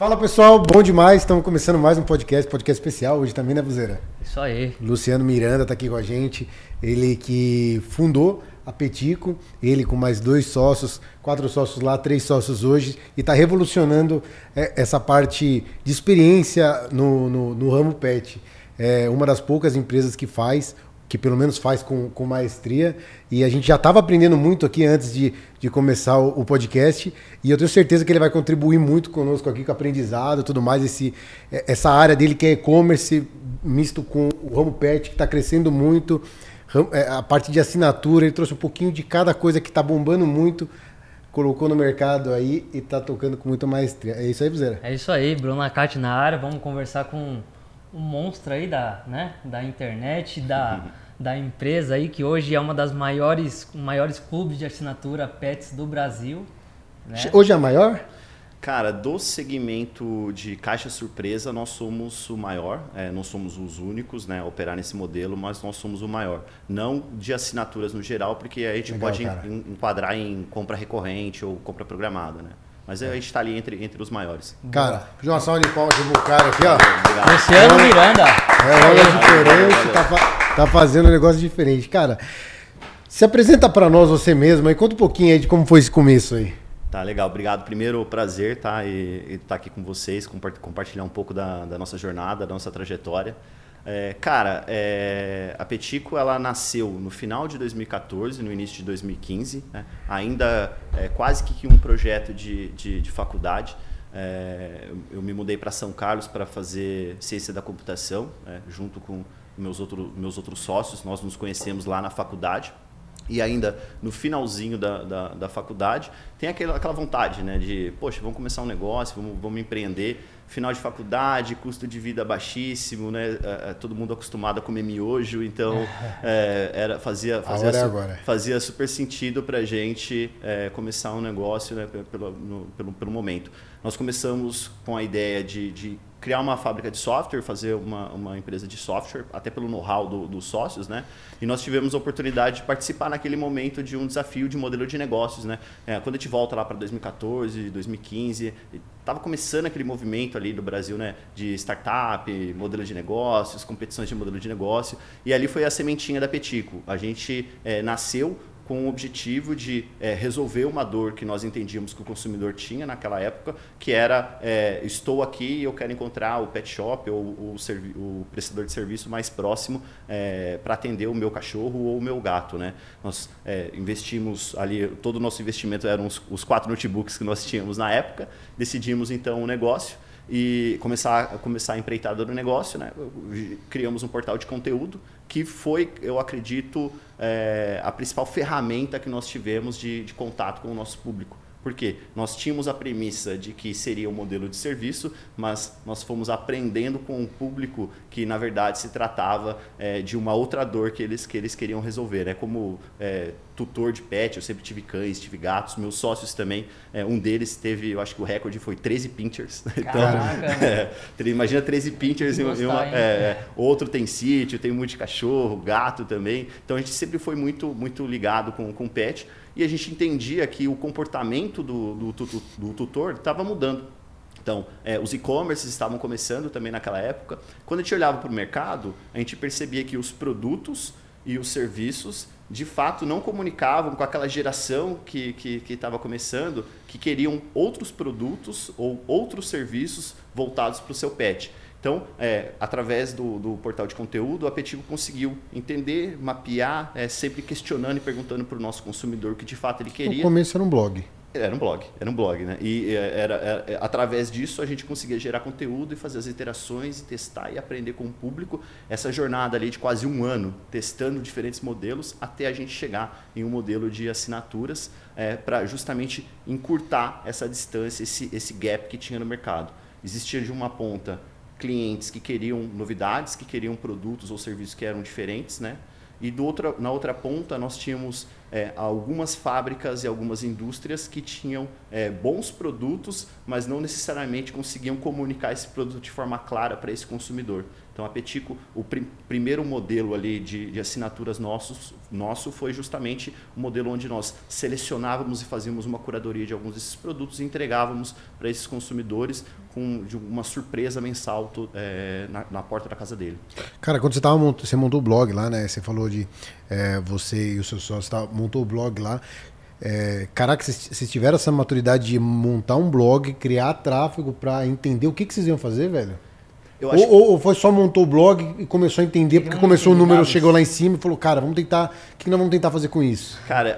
Fala pessoal, bom demais, estamos começando mais um podcast especial hoje também, né, Buzeira? Isso aí. Luciano Miranda está aqui com a gente, ele que fundou a Petico, ele com mais 2 sócios, 4 sócios lá, 3 sócios hoje, e está revolucionando essa parte de experiência no ramo pet. É uma das poucas empresas que pelo menos faz com maestria, e a gente já estava aprendendo muito aqui antes de começar o podcast, e eu tenho certeza que ele vai contribuir muito conosco aqui com aprendizado e tudo mais, essa área dele que é e-commerce misto com o ramo pet, que está crescendo muito, a parte de assinatura, ele trouxe um pouquinho de cada coisa que está bombando muito, colocou no mercado aí e está tocando com muita maestria. É isso aí, Buzeira? É isso aí, Bruno Acati na área, vamos conversar com um monstro aí da internet, da empresa aí, que hoje é uma das maiores clubes de assinatura pets do Brasil. Né? Hoje é a maior? Cara, do segmento de caixa surpresa, nós somos o maior, não somos os únicos, né, a operar nesse modelo, mas nós somos o maior. Não de assinaturas no geral, porque a gente pode enquadrar em compra recorrente ou compra programada, né? Mas a gente está ali entre os maiores. Cara, João Salve de palmas pro cara aqui, ó. Obrigado. Luciano Miranda. Diferente, tá fazendo um negócio diferente. Cara, se apresenta para nós você mesmo e conta um pouquinho aí de como foi esse começo aí. Tá, legal. Obrigado. Primeiro, prazer, tá? E tá aqui com vocês, compartilhar um pouco da nossa jornada, da nossa trajetória. A Petico, ela nasceu no final de 2014, no início de 2015, né? Ainda quase que um projeto de faculdade. Eu me mudei para São Carlos para fazer ciência da computação, junto com meus outros sócios. Nós nos conhecemos lá na faculdade. E ainda no finalzinho da faculdade, tem aquela vontade, né, de, poxa, vamos começar um negócio, vamos empreender. Final de faculdade, custo de vida baixíssimo, né? Todo mundo acostumado a comer miojo, então fazia super sentido para a gente começar um negócio, né, pelo momento. Nós começamos com a ideia de criar uma fábrica de software, fazer uma empresa de software, até pelo know-how dos sócios, né? E nós tivemos a oportunidade de participar naquele momento de um desafio de modelo de negócios, né? Quando a gente volta lá para 2014, 2015, estava começando aquele movimento ali do Brasil, né, de startup, modelo de negócios, competições de modelo de negócio, e ali foi a sementinha da Petico. A gente nasceu com o objetivo de resolver uma dor que nós entendíamos que o consumidor tinha naquela época, que era, estou aqui e eu quero encontrar o pet shop ou o prestador de serviço mais próximo para atender o meu cachorro ou o meu gato, né? Nós investimos ali, todo o nosso investimento eram os 4 notebooks que nós tínhamos na época, decidimos então o negócio e começar a empreitada do negócio, né? Criamos um portal de conteúdo que foi, eu acredito, a principal ferramenta que nós tivemos de contato com o nosso público. Por quê? Nós tínhamos a premissa de que seria um modelo de serviço, mas nós fomos aprendendo com o público que, na verdade, se tratava de uma outra dor que eles queriam resolver. Né? Como tutor de pet, eu sempre tive cães, tive gatos, meus sócios também. Um deles teve, eu acho que o recorde foi 13 pinchers. Então, imagina 13 pinchers e outro tem sítio, tem muito de cachorro, gato também. Então, a gente sempre foi muito, muito ligado com pet. E a gente entendia que o comportamento do tutor estava mudando. Então, os e-commerces estavam começando também naquela época. Quando a gente olhava para o mercado, a gente percebia que os produtos e os serviços, de fato, não comunicavam com aquela geração que estava começando, que queriam outros produtos ou outros serviços voltados para o seu pet. Então, através do portal de conteúdo, a Petico conseguiu entender, mapear, sempre questionando e perguntando para o nosso consumidor o que de fato ele queria. No começo era um blog. Era um blog, né? E através disso a gente conseguia gerar conteúdo e fazer as iterações e testar e aprender com o público. Essa jornada ali de quase 1 ano, testando diferentes modelos, até a gente chegar em um modelo de assinaturas para justamente encurtar essa distância, esse gap que tinha no mercado. Existia de uma ponta clientes que queriam novidades, que queriam produtos ou serviços que eram diferentes, né? E na outra ponta nós tínhamos algumas fábricas e algumas indústrias que tinham bons produtos, mas não necessariamente conseguiam comunicar esse produto de forma clara para esse consumidor. Então, a Petico, o primeiro modelo ali de assinaturas nosso foi justamente o modelo onde nós selecionávamos e fazíamos uma curadoria de alguns desses produtos e entregávamos para esses consumidores de uma surpresa mensal na porta da casa dele. Cara, quando você montou o blog lá, né? Você falou de você e o seu sócio montou o blog lá. Caraca, vocês tiveram essa maturidade de montar um blog, criar tráfego para entender o que vocês iam fazer, velho? Ou foi só montou o blog e começou a entender, porque começou o número, chegou lá em cima e falou, cara, vamos tentar, o que nós vamos tentar fazer com isso? Cara,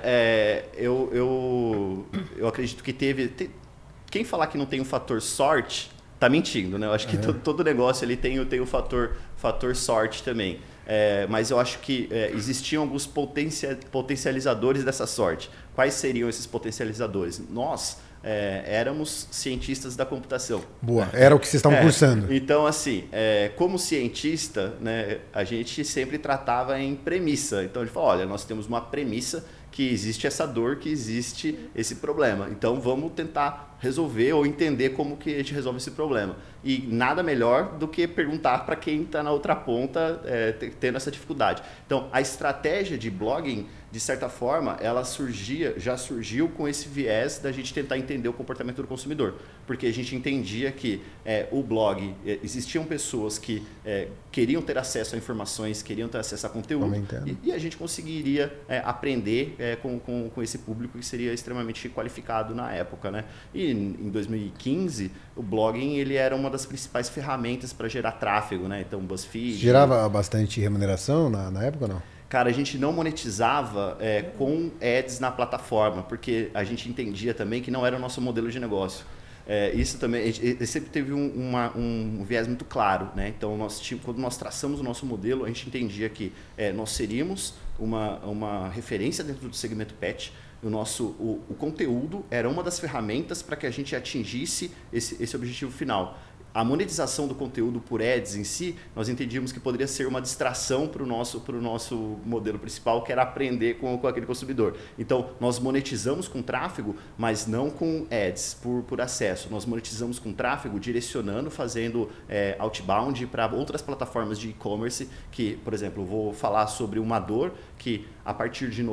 eu acredito que quem falar que não tem um fator sorte, tá mentindo, né? Eu acho que todo negócio ele tem o fator sorte também. Mas eu acho que existiam alguns potencializadores dessa sorte. Quais seriam esses potencializadores? Nós éramos cientistas da computação. Boa, era o que vocês estavam cursando. Então, assim, como cientista, né, a gente sempre tratava em premissa. Então, a gente falou, olha, nós temos uma premissa que existe essa dor, que existe esse problema. Então, vamos tentar resolver ou entender como que a gente resolve esse problema. E nada melhor do que perguntar para quem está na outra ponta tendo essa dificuldade. Então, a estratégia de blogging, de certa forma, ela já surgiu com esse viés da gente tentar entender o comportamento do consumidor. Porque a gente entendia que o blog, existiam pessoas que queriam ter acesso a informações, queriam ter acesso a conteúdo, e a gente conseguiria aprender com esse público que seria extremamente qualificado na época, né? E em 2015, o blogging ele era uma das principais ferramentas para gerar tráfego, né? Então, o BuzzFeed... Gerava bastante remuneração na época ou não? Cara, a gente não monetizava com ads na plataforma, porque a gente entendia também que não era o nosso modelo de negócio. Isso também, sempre teve um viés muito claro, né? Então, quando nós traçamos o nosso modelo, a gente entendia que nós seríamos uma referência dentro do segmento pet. O conteúdo era uma das ferramentas para que a gente atingisse esse objetivo final. A monetização do conteúdo por ads em si, nós entendíamos que poderia ser uma distração para o nosso modelo principal, que era aprender com aquele consumidor. Então, nós monetizamos com tráfego, mas não com ads por acesso. Nós monetizamos com tráfego direcionando, fazendo outbound para outras plataformas de e-commerce, que, por exemplo, vou falar sobre uma dor que a partir de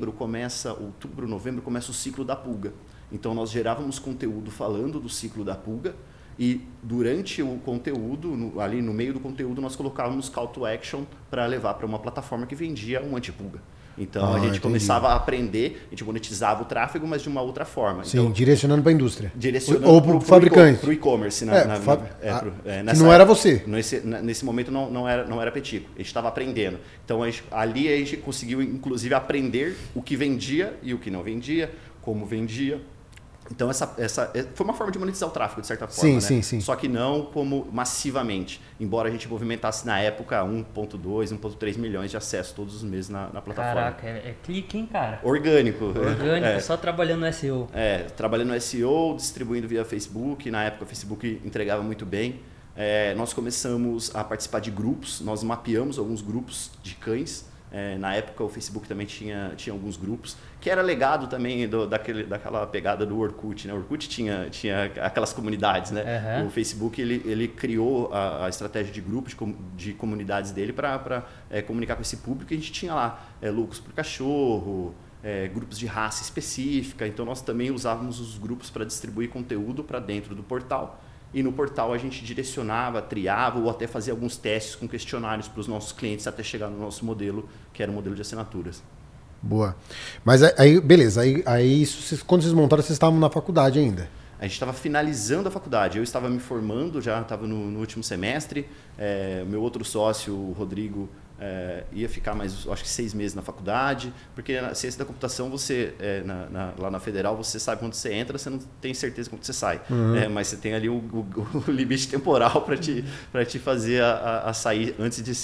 outubro, novembro, começa o ciclo da pulga. Então, nós gerávamos conteúdo falando do ciclo da pulga, e durante o conteúdo, ali no meio do conteúdo, nós colocávamos call to action para levar para uma plataforma que vendia um antipulga. Então, a gente começava a aprender, a gente monetizava o tráfego, mas de uma outra forma. Sim, então, direcionando para a indústria. Ou para o fabricante. Para o e-commerce. Que não era você. Nesse momento não era Petico. A gente estava aprendendo. Então, ali a gente conseguiu, inclusive, aprender o que vendia e o que não vendia, como vendia. Então, essa foi uma forma de monetizar o tráfego, de certa forma. Sim. Só que não como massivamente. Embora a gente movimentasse, na época, 1,2, 1,3 milhões de acessos todos os meses na plataforma. Caraca, é clique, hein, cara? Orgânico, só trabalhando no SEO. Trabalhando no SEO, distribuindo via Facebook. Na época, o Facebook entregava muito bem. Nós começamos a participar de grupos. Nós mapeamos alguns grupos de cães. Na época, o Facebook também tinha alguns grupos, que era legado também daquela pegada do Orkut, né? O Orkut tinha aquelas comunidades, né? Uhum. O Facebook ele criou a estratégia de grupos, de comunidades dele para comunicar com esse público. E a gente tinha lá loucos por cachorro, grupos de raça específica. Então, nós também usávamos os grupos para distribuir conteúdo para dentro do portal. E no portal a gente direcionava, triava ou até fazia alguns testes com questionários para os nossos clientes até chegar no nosso modelo, que era o modelo de assinaturas. Boa. Mas aí, beleza. Aí quando vocês montaram, vocês estavam na faculdade ainda? A gente estava finalizando a faculdade. Eu estava me formando, já estava no último semestre. O meu outro sócio, o Rodrigo, ia ficar mais, acho que 6 meses na faculdade, porque na ciência da computação, você lá na Federal, você sabe quando você entra, você não tem certeza quando você sai. Uhum. Mas você tem ali o limite temporal para te fazer a sair antes de ser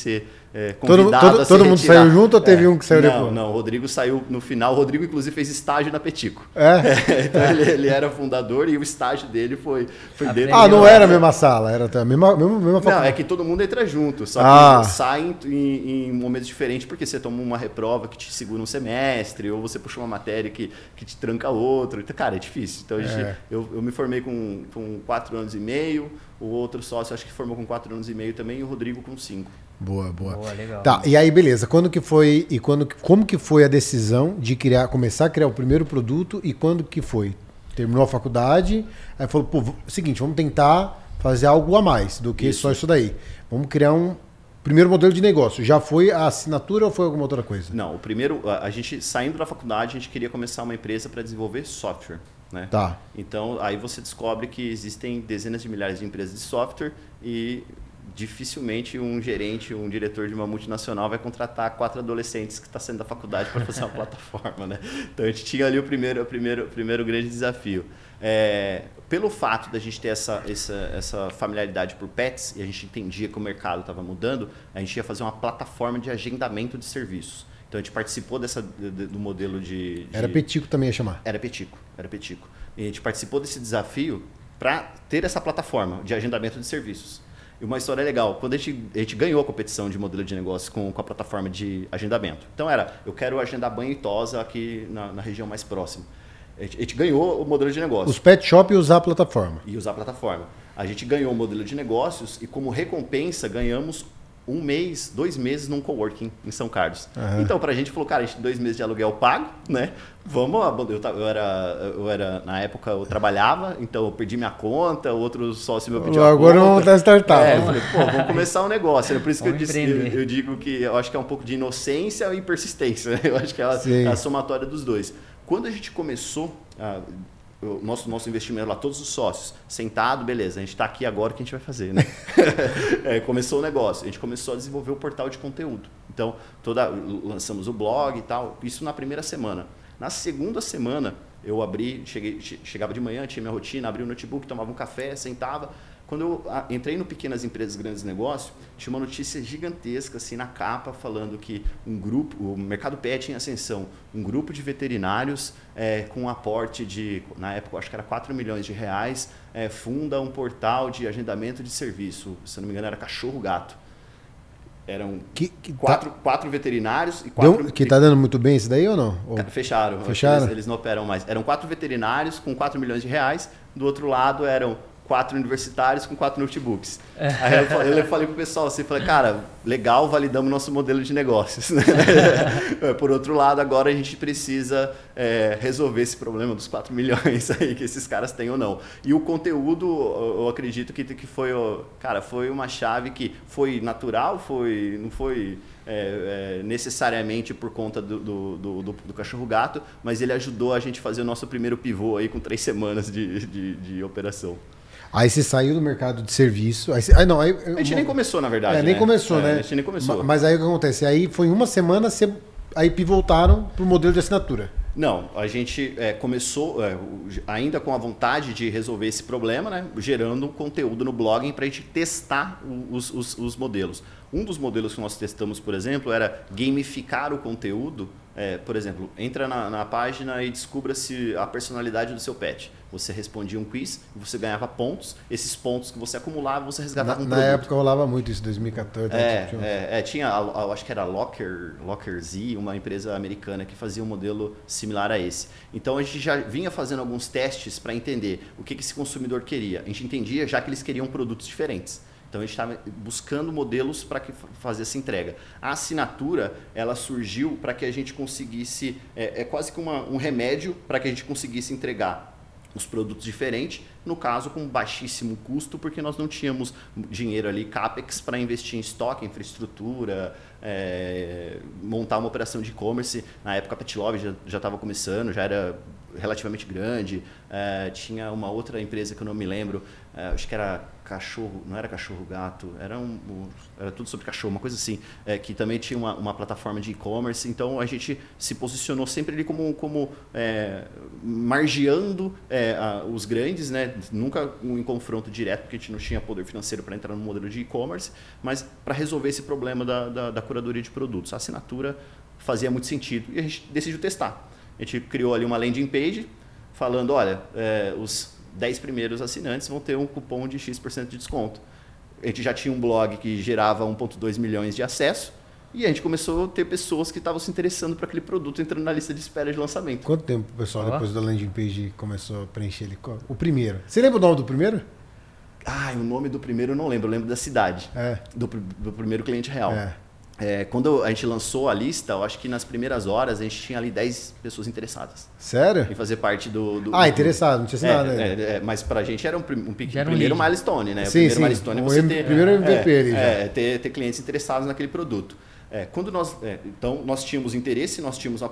convidado a se todo mundo retirar. saiu junto ou teve um que saiu depois? Não, o Rodrigo saiu no final. O Rodrigo, inclusive, fez estágio na Petico. Então ele era fundador e o estágio dele foi dentro. Não era a mesma sala, era a mesma faculdade. Não, é que todo mundo entra junto, só que sai em momentos diferentes, porque você toma uma reprova que te segura um semestre, ou você puxa uma matéria que te tranca outro. Então, cara, é difícil. Então, eu me formei com 4 anos e meio, o outro sócio acho que formou com 4 anos e meio também, e o Rodrigo com 5. Boa. Legal. Tá, e aí beleza, como que foi a decisão de começar a criar o primeiro produto e quando que foi? Terminou a faculdade, aí falou, seguinte, vamos tentar fazer algo a mais do que só isso daí. Vamos criar um primeiro modelo de negócio. Já foi a assinatura ou foi alguma outra coisa? Não, o primeiro, a gente saindo da faculdade, a gente queria começar uma empresa para desenvolver software. Né? Tá. Então, aí você descobre que existem dezenas de milhares de empresas de software e dificilmente um gerente, um diretor de uma multinacional vai contratar 4 adolescentes que estão saindo da faculdade para fazer uma plataforma. Né? Então, a gente tinha ali o primeiro grande desafio. Pelo fato da gente ter essa familiaridade por pets, e a gente entendia que o mercado estava mudando, a gente ia fazer uma plataforma de agendamento de serviços. Então, a gente participou do modelo de... Era Petico também ia chamar? Era Petico. E a gente participou desse desafio para ter essa plataforma de agendamento de serviços. E uma história legal, quando a gente ganhou a competição de modelo de negócio com a plataforma de agendamento. Então, eu quero agendar banho e tosa aqui na região mais próxima. A gente ganhou o modelo de negócio. Os pet shop iam usar a plataforma. A gente ganhou o modelo de negócios e, como recompensa, ganhamos 1 mês, 2 meses num coworking em São Carlos. Uhum. Então, pra gente, falou, cara, a gente tem 2 meses de aluguel pago, né? Vamos, na época eu trabalhava, então eu perdi minha conta, outro sócio meu pediu a conta. Agora vamos dar startup. Eu falei, vamos começar um negócio. Por isso que eu digo que eu acho que é um pouco de inocência e persistência. Né? Eu acho que é a somatória dos dois. Quando a gente começou... o nosso investimento lá, todos os sócios, sentado, beleza, a gente está aqui agora, o que a gente vai fazer, né? Começou o negócio, a gente começou a desenvolver o portal de conteúdo. Então, lançamos o blog e tal, isso na primeira semana. Na segunda semana, eu chegava de manhã, tinha minha rotina, abria o notebook, tomava um café, sentava. Quando eu entrei no Pequenas Empresas, Grandes Negócios, tinha uma notícia gigantesca assim na capa falando que o mercado pet em ascensão, um grupo de veterinários com um aporte de, na época, acho que era 4 milhões de reais, funda um portal de agendamento de serviço. Se não me engano, era cachorro-gato. Eram 4 veterinários e 4... Que está dando muito bem isso daí ou não? Fecharam? Eles não operam mais. Eram 4 veterinários com 4 milhões de reais. Do outro lado eram 4 universitários com 4 notebooks. Aí eu falei pro pessoal assim, cara, legal, validamos nosso modelo de negócios. Né? Por outro lado, agora a gente precisa resolver esse problema dos 4 milhões aí que esses caras têm ou não. E o conteúdo, eu acredito que foi, foi uma chave que foi natural, não foi necessariamente por conta do cachorro-gato, mas ele ajudou a gente a fazer o nosso primeiro pivô aí com 3 semanas de operação. Aí você saiu do mercado de serviço. A gente nem começou, na verdade. Nem começou, né? A gente nem começou. Mas aí o que acontece? Aí foi em uma semana, aí pivotaram para o modelo de assinatura. Não, a gente começou ainda com a vontade de resolver esse problema, né? Gerando conteúdo no blog para a gente testar os modelos. Um dos modelos que nós testamos, por exemplo, era gamificar o conteúdo. Por exemplo, entra na página e descubra-se a personalidade do seu pet. Você respondia um quiz, você ganhava pontos. Esses pontos que você acumulava, você resgatava um produto. Na época rolava muito isso, 2014. Tinha, acho que era Locker Z, uma empresa americana que fazia um modelo similar a esse. Então a gente já vinha fazendo alguns testes para entender o que esse consumidor queria. A gente entendia já que eles queriam produtos diferentes. Então a gente estava buscando modelos para fazer essa entrega. A assinatura, ela surgiu para que a gente conseguisse, quase que um remédio para que a gente conseguisse entregar os produtos diferentes, no caso com baixíssimo custo, porque nós não tínhamos dinheiro ali, CAPEX, para investir em estoque, infraestrutura, montar uma operação de e-commerce. Na época a Petlove já estava começando, já era relativamente grande. Tinha uma outra empresa que eu não me lembro, acho que era cachorro, não era cachorro-gato, era tudo sobre cachorro, uma coisa assim, que também tinha uma plataforma de e-commerce. Então a gente se posicionou sempre ali como margeando os grandes, né? Nunca em confronto direto, porque a gente não tinha poder financeiro para entrar no modelo de e-commerce, mas para resolver esse problema da curadoria de produtos. A assinatura fazia muito sentido e a gente decidiu testar. A gente criou ali uma landing page falando, olha, os 10 primeiros assinantes vão ter um cupom de X% de desconto. A gente já tinha um blog que gerava 1,2 milhões de acesso e a gente começou a ter pessoas que estavam se interessando por aquele produto entrando na lista de espera de lançamento. Quanto tempo o pessoal, depois da landing page, começou a preencher ele? O primeiro. Você lembra o nome do primeiro? O nome do primeiro eu não lembro, eu lembro da cidade, do primeiro cliente real. Quando a gente lançou a lista, eu acho que nas primeiras horas a gente tinha ali 10 pessoas interessadas. Sério? Em fazer parte do interessado, não tinha assinado ainda. Mas pra gente era um primeiro milestone, né? Sim, o primeiro sim. milestone é você ter... Primeiro MVP ali já. Ter clientes interessados naquele produto. Quando então, nós tínhamos interesse, nós tínhamos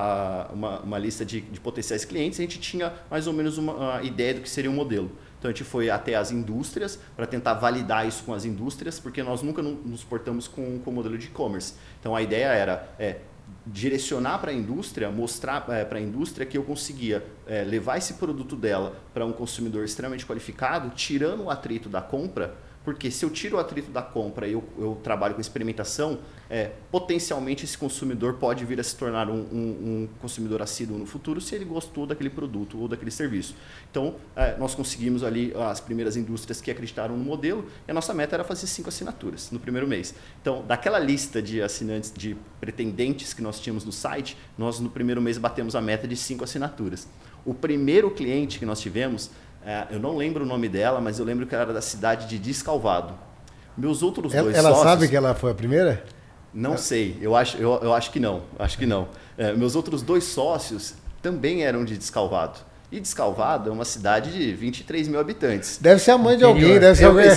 uma lista de potenciais clientes, a gente tinha mais ou menos uma ideia do que seria um modelo. Então, a gente foi até as indústrias para tentar validar isso com as indústrias, porque nós nunca nos portamos com o modelo de e-commerce. Então, a ideia era direcionar para a indústria, mostrar para a indústria que eu conseguia levar esse produto dela para um consumidor extremamente qualificado, tirando o atrito da compra, porque se eu tiro o atrito da compra e eu trabalho com experimentação, potencialmente esse consumidor pode vir a se tornar um consumidor assíduo no futuro se ele gostou daquele produto ou daquele serviço. Então, nós conseguimos ali as primeiras indústrias que acreditaram no modelo e a nossa meta era fazer 5 assinaturas no primeiro mês. Então, daquela lista de assinantes, de pretendentes que nós tínhamos no site, nós no primeiro mês batemos a meta de 5 assinaturas. O primeiro cliente que nós tivemos, eu não lembro o nome dela, mas eu lembro que ela era da cidade de Descalvado. Meus outros dois sócios... Ela sabe que ela foi a primeira? Não sei, eu acho que não. Meus outros 2 sócios também eram de Descalvado. E Descalvado é uma cidade de 23 mil habitantes. Deve ser a mãe de alguém, deve ser alguém. Eu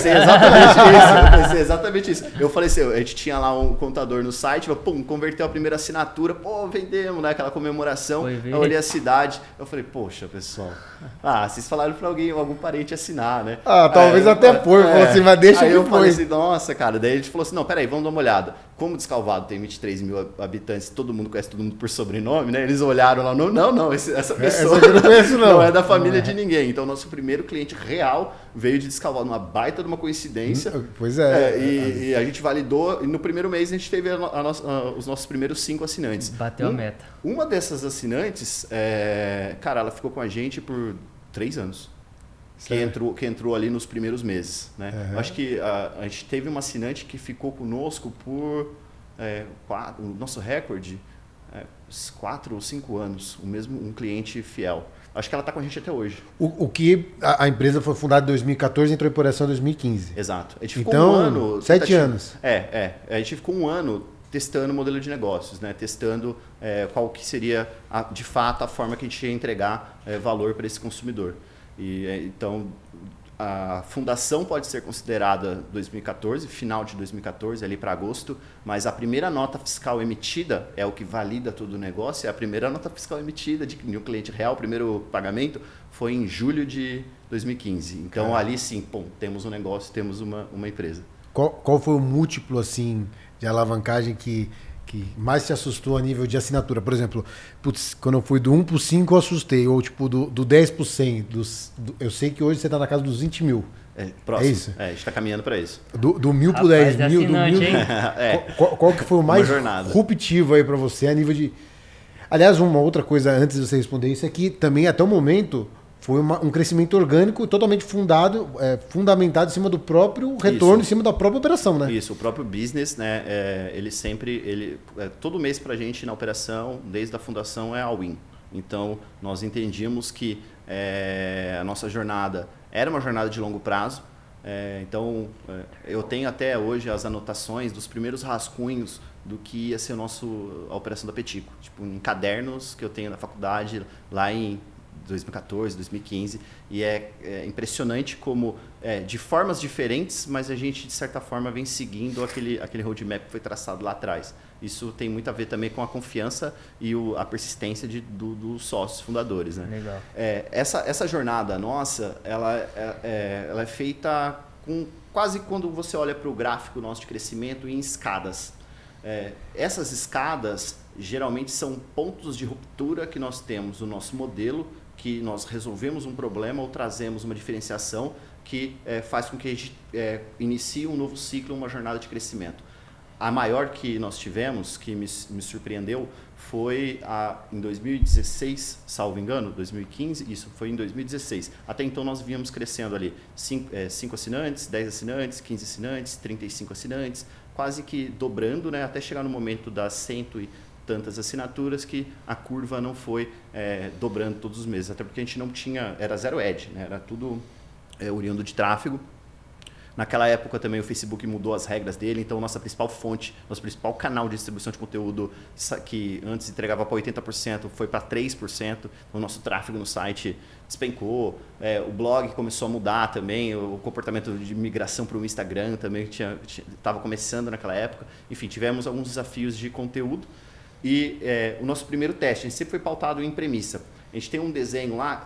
pensei exatamente isso. Eu falei assim, a gente tinha lá um contador no site, converteu a primeira assinatura, vendemos, né? Aquela comemoração. Eu olhei a cidade, eu falei, poxa, pessoal, vocês falaram para algum parente assinar, né? Talvez até foi, assim, mas deixa aí que eu foi. Falei assim, nossa, cara, daí a gente falou assim, não, peraí, vamos dar uma olhada. Como Descalvado tem 23 mil habitantes, todo mundo conhece todo mundo por sobrenome, né? Eles olharam lá, não, essa pessoa eu não conheço, não é da família de ninguém. Então, nosso primeiro cliente real veio de Descalvado, uma baita de uma coincidência. Pois é. E a gente validou, e no primeiro mês a gente teve os nossos primeiros 5 assinantes. Bateu a meta. Uma dessas assinantes, cara, ela ficou com a gente por 3 anos. Que entrou ali nos primeiros meses, né? Eu acho que a gente teve uma assinante que ficou conosco por o nosso recorde, 4 ou 5 anos, um cliente fiel. Acho que ela está com a gente até hoje. O que a empresa foi fundada em 2014 e entrou em operação em 2015. Exato. A gente ficou um ano... 7 anos. A gente ficou um ano testando o modelo de negócios, né? Testando qual que seria, de fato, a forma que a gente ia entregar valor para esse consumidor. Então, a fundação pode ser considerada 2014, final de 2014, ali para agosto, mas a primeira nota fiscal emitida, é o que valida todo o negócio, a primeira nota fiscal emitida de um cliente real, o primeiro pagamento, foi em julho de 2015. Então, ali sim, temos um negócio, temos uma empresa. Qual foi o múltiplo assim, de alavancagem que mais te assustou a nível de assinatura? Por exemplo, quando eu fui do 1 para o 5 eu assustei, ou tipo do 10 para o 100. Eu sei que hoje você está na casa dos 20 mil. Próximo. É isso? A gente está caminhando para isso. Do 1000 para o 10 mil, do 1000... Qual que foi o mais ruptivo aí para você a nível de... Aliás, uma outra coisa antes de você responder isso é que também até o momento foi um crescimento orgânico totalmente fundamentado em cima do próprio retorno, em cima da própria operação, né? Isso, o próprio business, né? Todo mês para a gente na operação, desde a fundação, é all-in. Então, nós entendíamos que a nossa jornada era uma jornada de longo prazo. Então, eu tenho até hoje as anotações dos primeiros rascunhos do que ia ser a operação da Petico. Tipo, em cadernos que eu tenho na faculdade, lá em 2014, 2015, e é impressionante como, de formas diferentes, mas a gente, de certa forma, vem seguindo aquele roadmap que foi traçado lá atrás. Isso tem muito a ver também com a confiança e a persistência dos sócios fundadores. Né? Legal. Essa jornada nossa, ela é feita com quase quando você olha para o gráfico nosso de crescimento em escadas. Essas escadas geralmente são pontos de ruptura que nós temos no nosso modelo, que nós resolvemos um problema ou trazemos uma diferenciação que faz com que a gente inicie um novo ciclo, uma jornada de crescimento. A maior que nós tivemos, que me surpreendeu, foi em 2016, salvo engano, 2015, isso foi em 2016. Até então nós vínhamos crescendo ali 5 assinantes, 10 assinantes, 15 assinantes, 35 assinantes, quase que dobrando, né, até chegar no momento das 100 e tantas assinaturas que a curva não foi dobrando todos os meses, até porque a gente não tinha, era zero ad, né, era tudo oriundo de tráfego. Naquela época também o Facebook mudou as regras dele, então nossa principal fonte, nosso principal canal de distribuição de conteúdo, que antes entregava para 80%, foi para 3%, então o nosso tráfego no site despencou, o blog começou a mudar também, o comportamento de migração para o Instagram também estava começando naquela época. Enfim, tivemos alguns desafios de conteúdo e o nosso primeiro teste, a gente sempre foi pautado em premissa. A gente tem um desenho lá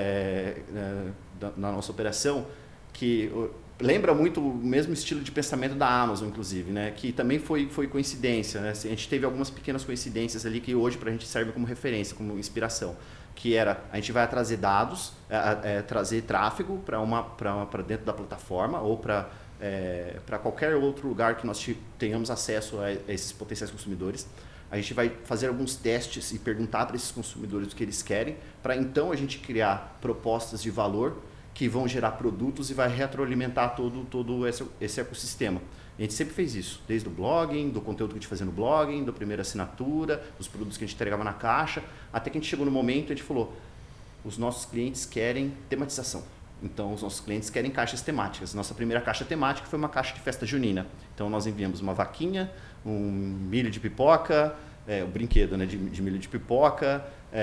na nossa operação que lembra muito o mesmo estilo de pensamento da Amazon, inclusive, né? Que também foi coincidência. Né? A gente teve algumas pequenas coincidências ali que hoje para a gente serve como referência, como inspiração. Que era, a gente vai trazer dados, trazer tráfego para dentro da plataforma ou para qualquer outro lugar que nós tenhamos acesso a esses potenciais consumidores. A gente vai fazer alguns testes e perguntar para esses consumidores o que eles querem, para então a gente criar propostas de valor que vão gerar produtos e vai retroalimentar todo esse ecossistema. A gente sempre fez isso, desde o blogging, do conteúdo que a gente fazia no blogging, da primeira assinatura, dos produtos que a gente entregava na caixa, até que a gente chegou no momento e a gente falou, os nossos clientes querem tematização. Então, os nossos clientes querem caixas temáticas. Nossa primeira caixa temática foi uma caixa de festa junina. Então, nós enviamos uma vaquinha, um milho de pipoca, um brinquedo, né, de milho de pipoca,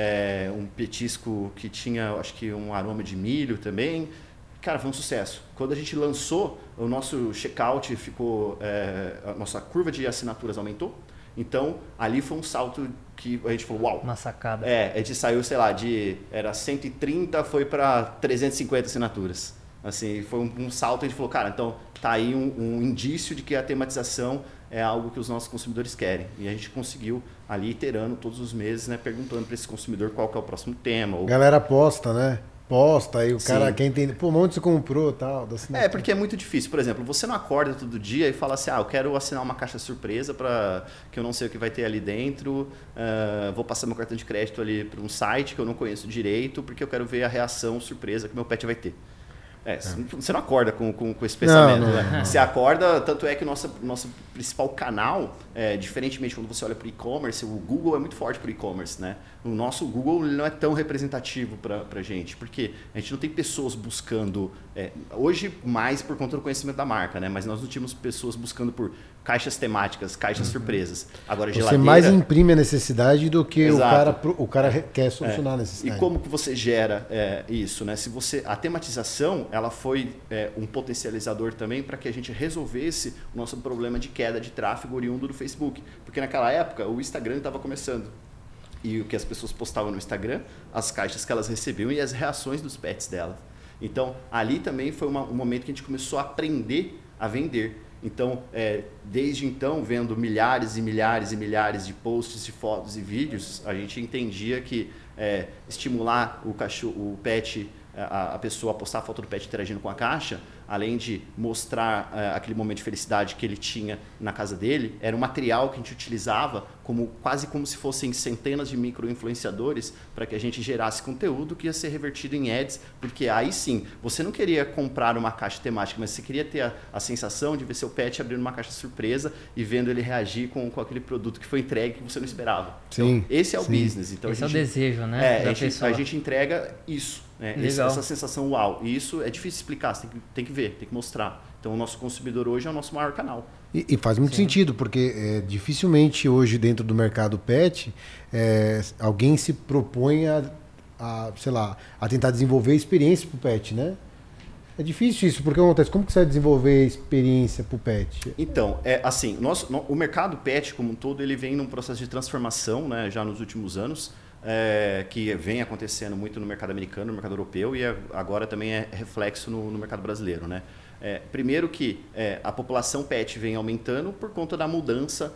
um petisco que tinha, acho que um aroma de milho também. Cara, foi um sucesso. Quando a gente lançou, o nosso checkout ficou, a nossa curva de assinaturas aumentou. Então, ali foi um salto que a gente falou, uau. Uma sacada. A gente saiu, sei lá, era 130, foi para 350 assinaturas. Assim, foi um salto, a gente falou, cara, então tá aí um indício de que a tematização é algo que os nossos consumidores querem. E a gente conseguiu ali iterando todos os meses, né, perguntando para esse consumidor qual que é o próximo tema. A galera posta, né? Posta, aí o cara quer entender, pô, onde você comprou e tal. Porque é muito difícil. Por exemplo, você não acorda todo dia e fala assim, eu quero assinar uma caixa surpresa para que eu não sei o que vai ter ali dentro, vou passar meu cartão de crédito ali para um site que eu não conheço direito, porque eu quero ver a reação surpresa que meu pet vai ter. Você não acorda com esse pensamento. Não. Né? Você acorda, tanto é que o nosso principal canal, diferentemente quando você olha para o e-commerce, o Google é muito forte para o e-commerce. Né? O nosso Google não é tão representativo para a gente, porque a gente não tem pessoas buscando, hoje mais por conta do conhecimento da marca, né? Mas nós não tínhamos pessoas buscando por caixas temáticas, caixas surpresas. Agora, você mais imprime a necessidade do que o cara quer solucionar a necessidade. E como que você gera isso? Né? A tematização ela foi um potencializador também para que a gente resolvesse o nosso problema de queda de tráfego oriundo do Facebook. Porque naquela época o Instagram estava começando. E o que as pessoas postavam no Instagram, as caixas que elas recebiam e as reações dos pets delas. Então, ali também foi um momento que a gente começou a aprender a vender. Então, desde então, vendo milhares e milhares e milhares de posts, de fotos e vídeos, a gente entendia que estimular o pet, a pessoa a postar a foto do pet interagindo com a caixa, além de mostrar aquele momento de felicidade que ele tinha na casa dele, era um material que a gente utilizava quase como se fossem centenas de micro-influenciadores para que a gente gerasse conteúdo que ia ser revertido em ads, porque aí sim, você não queria comprar uma caixa temática, mas você queria ter a sensação de ver seu pet abrindo uma caixa surpresa e vendo ele reagir com aquele produto que foi entregue que você não esperava. Sim, então, esse é o business. Então, esse é o desejo, né? A gente entrega isso. Essa sensação uau. E isso é difícil de explicar, você tem que ver, tem que mostrar. Então o nosso consumidor hoje é o nosso maior canal. E faz muito sentido, porque dificilmente hoje dentro do mercado pet alguém se propõe a sei lá, a tentar desenvolver experiência para o pet, né? É difícil isso, porque acontece. Como que você vai desenvolver experiência para o pet? Então, assim, o mercado pet como um todo, ele vem num processo de transformação, né, já nos últimos anos, que vem acontecendo muito no mercado americano, no mercado europeu, e agora também é reflexo no mercado brasileiro, né? Primeiro que a população pet vem aumentando por conta da mudança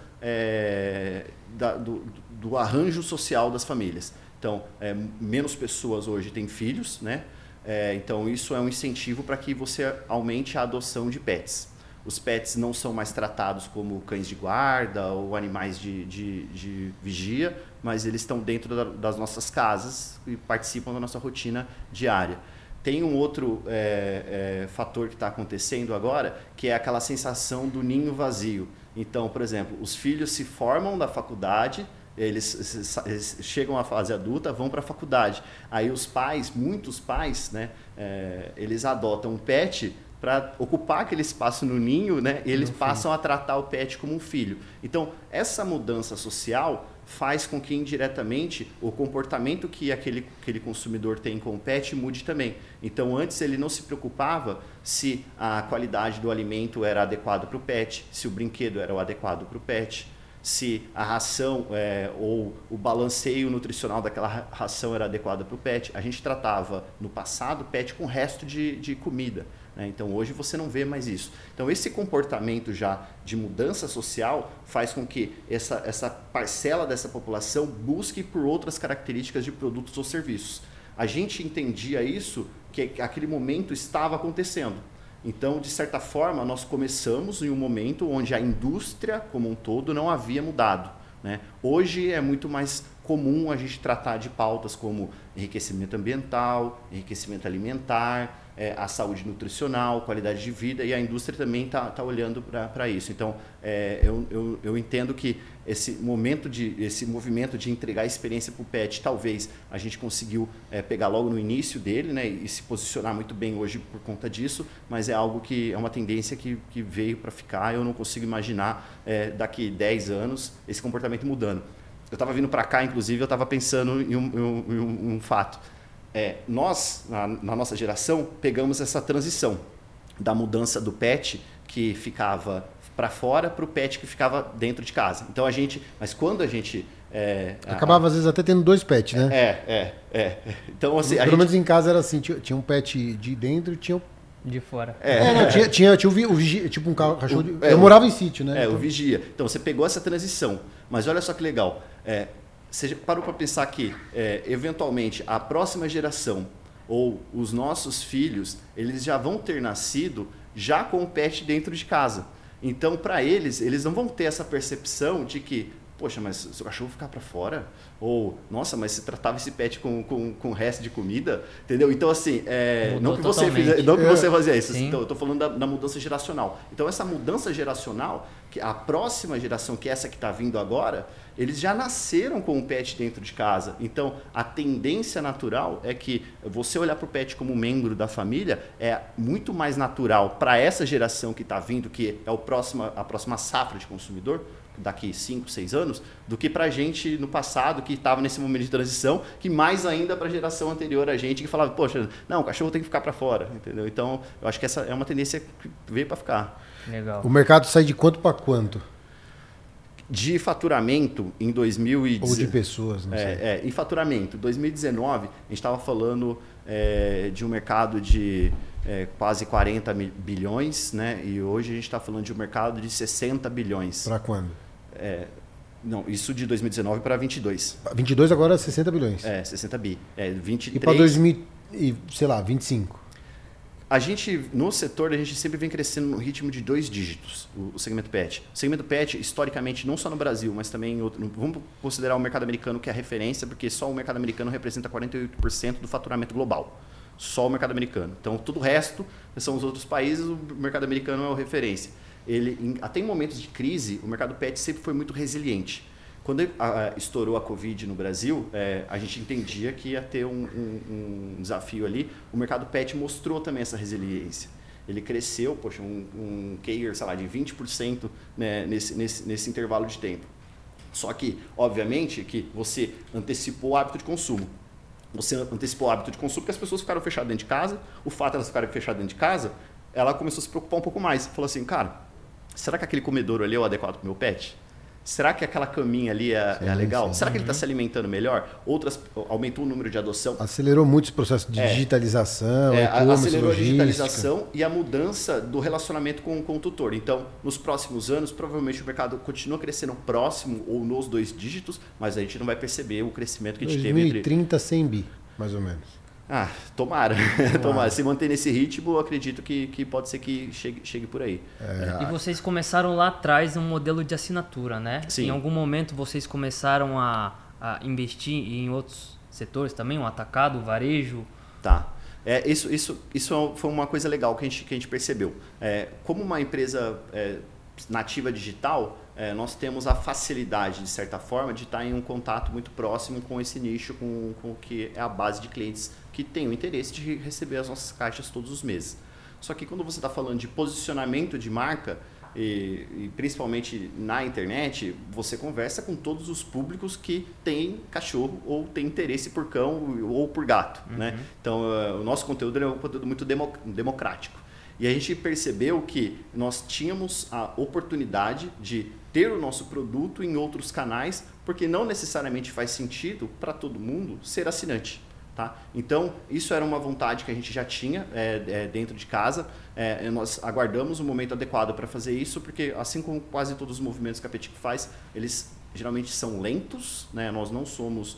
do arranjo social das famílias. Então, menos pessoas hoje têm filhos, né? Então, isso é um incentivo para que você aumente a adoção de pets. Os pets não são mais tratados como cães de guarda ou animais de vigia, mas eles estão dentro das nossas casas e participam da nossa rotina diária. Tem um outro fator que está acontecendo agora, que é aquela sensação do ninho vazio. Então, por exemplo, os filhos se formam da faculdade, eles chegam à fase adulta, vão para a faculdade. Aí os pais, muitos pais, né, eles adotam um pet para ocupar aquele espaço no ninho, né, e eles passam a tratar o pet como um filho. Então, essa mudança social faz com que, indiretamente, o comportamento que aquele consumidor tem com o pet mude também. Então, antes ele não se preocupava se a qualidade do alimento era adequada para o pet, se o brinquedo era o adequado para o pet, se a ração ou o balanceio nutricional daquela ração era adequado para o pet. A gente tratava, no passado, o pet com resto de comida. Então, hoje você não vê mais isso. Então, esse comportamento já de mudança social faz com que essa parcela dessa população busque por outras características de produtos ou serviços. A gente entendia isso, que aquele momento estava acontecendo. Então, de certa forma, nós começamos em um momento onde a indústria como um todo não havia mudado, né? Hoje é muito mais comum a gente tratar de pautas como enriquecimento ambiental, enriquecimento alimentar, a saúde nutricional, qualidade de vida, e a indústria também está olhando para isso. Então, eu entendo que esse movimento de entregar experiência para o pet, talvez a gente conseguiu pegar logo no início dele, né, e se posicionar muito bem hoje por conta disso, mas é algo que é uma tendência que veio para ficar. Eu não consigo imaginar daqui 10 anos esse comportamento mudando. Eu estava vindo para cá, inclusive, eu estava pensando em um fato. Nós, na nossa geração, pegamos essa transição da mudança do pet que ficava para fora para o pet que ficava dentro de casa. Então mas quando a gente acabava às vezes até tendo 2 pets, né? Então, assim, pelo menos em casa era assim, tinha um pet de dentro e tinha de fora. Não, tinha o vigia, tipo um cachorro. Eu morava em sítio, né? Então, o vigia. Então você pegou essa transição, mas olha só que legal. Você parou para pensar que, eventualmente, a próxima geração ou os nossos filhos, eles já vão ter nascido já com o pet dentro de casa. Então, para eles não vão ter essa percepção de que, poxa, mas seu cachorro ficar para fora? Ou, nossa, mas você tratava esse pet com resto de comida? Entendeu? Então, assim, não que você fazia isso. Então, eu estou falando da mudança geracional. Então, essa mudança geracional, que a próxima geração, que é essa que está vindo agora, eles já nasceram com o pet dentro de casa. Então, a tendência natural é que você olhar para o pet como membro da família é muito mais natural para essa geração que está vindo, que é a próxima safra de consumidor, daqui 5, 6 anos, do que para a gente no passado, que estava nesse momento de transição, que mais ainda para a geração anterior a gente, que falava, poxa, não, o cachorro tem que ficar para fora, entendeu? Então, eu acho que essa é uma tendência que veio para ficar. Legal. O mercado sai de quanto para quanto? De faturamento em 2019... Ou de pessoas, não sei. Em faturamento, 2019, a gente estava falando de um mercado de quase 40 bilhões, né? E hoje a gente está falando de um mercado de 60 bilhões. Para quando? Não, isso de 2019 para 22. 22 agora é 60 bilhões. 60 bi. 23... E para 2025? A gente, no setor, a gente sempre vem crescendo no ritmo de 2 dígitos, o segmento pet. O segmento pet, historicamente, não só no Brasil, mas também em outro... Vamos considerar o mercado americano que é a referência, porque só o mercado americano representa 48% do faturamento global. Só o mercado americano. Então, todo o resto são os outros países, o mercado americano é a referência. Até em momentos de crise, o mercado pet sempre foi muito resiliente. Quando estourou a Covid no Brasil, a gente entendia que ia ter um desafio ali. O mercado pet mostrou também essa resiliência. Ele cresceu, poxa, um CAGR, sei lá, de 20%, né, nesse intervalo de tempo. Só que, obviamente, que você antecipou o hábito de consumo. você antecipou o hábito de consumo, porque as pessoas ficaram fechadas dentro de casa. O fato de elas ficarem fechadas dentro de casa, ela começou a se preocupar um pouco mais. Falou assim, cara, será que aquele comedouro ali é o adequado para o meu pet? Será que aquela caminha ali é legal? Sim. Será que ele está se alimentando melhor? Aumentou o número de adoção. Acelerou muito esse processo de digitalização, acelerou a digitalização e a mudança do relacionamento com o tutor. Então, nos próximos anos, provavelmente o mercado continua crescendo próximo ou nos 2 dígitos, mas a gente não vai perceber o crescimento que a gente teve. 2030, 100 bi, mais ou menos. Tomara. Tomara. Se manter nesse ritmo, eu acredito que pode ser que chegue por aí. E vocês começaram lá atrás um modelo de assinatura, né? Sim. Em algum momento vocês começaram a investir em outros setores também, um atacado, varejo? Tá. Isso foi uma coisa legal que a gente percebeu. Como uma empresa nativa digital, nós temos a facilidade, de certa forma, de estar em um contato muito próximo com esse nicho, com o que é a base de clientes que tem o interesse de receber as nossas caixas todos os meses. Só que quando você está falando de posicionamento de marca, e principalmente na internet, você conversa com todos os públicos que têm cachorro ou têm interesse por cão ou por gato. Né? Então, o nosso conteúdo é um conteúdo muito democrático. E a gente percebeu que nós tínhamos a oportunidade de ter o nosso produto em outros canais, porque não necessariamente faz sentido para todo mundo ser assinante. Tá? Então, isso era uma vontade que a gente já tinha dentro de casa. Nós aguardamos o momento adequado para fazer isso, porque assim como quase todos os movimentos que a Petico faz, eles geralmente são lentos, né? Nós não somos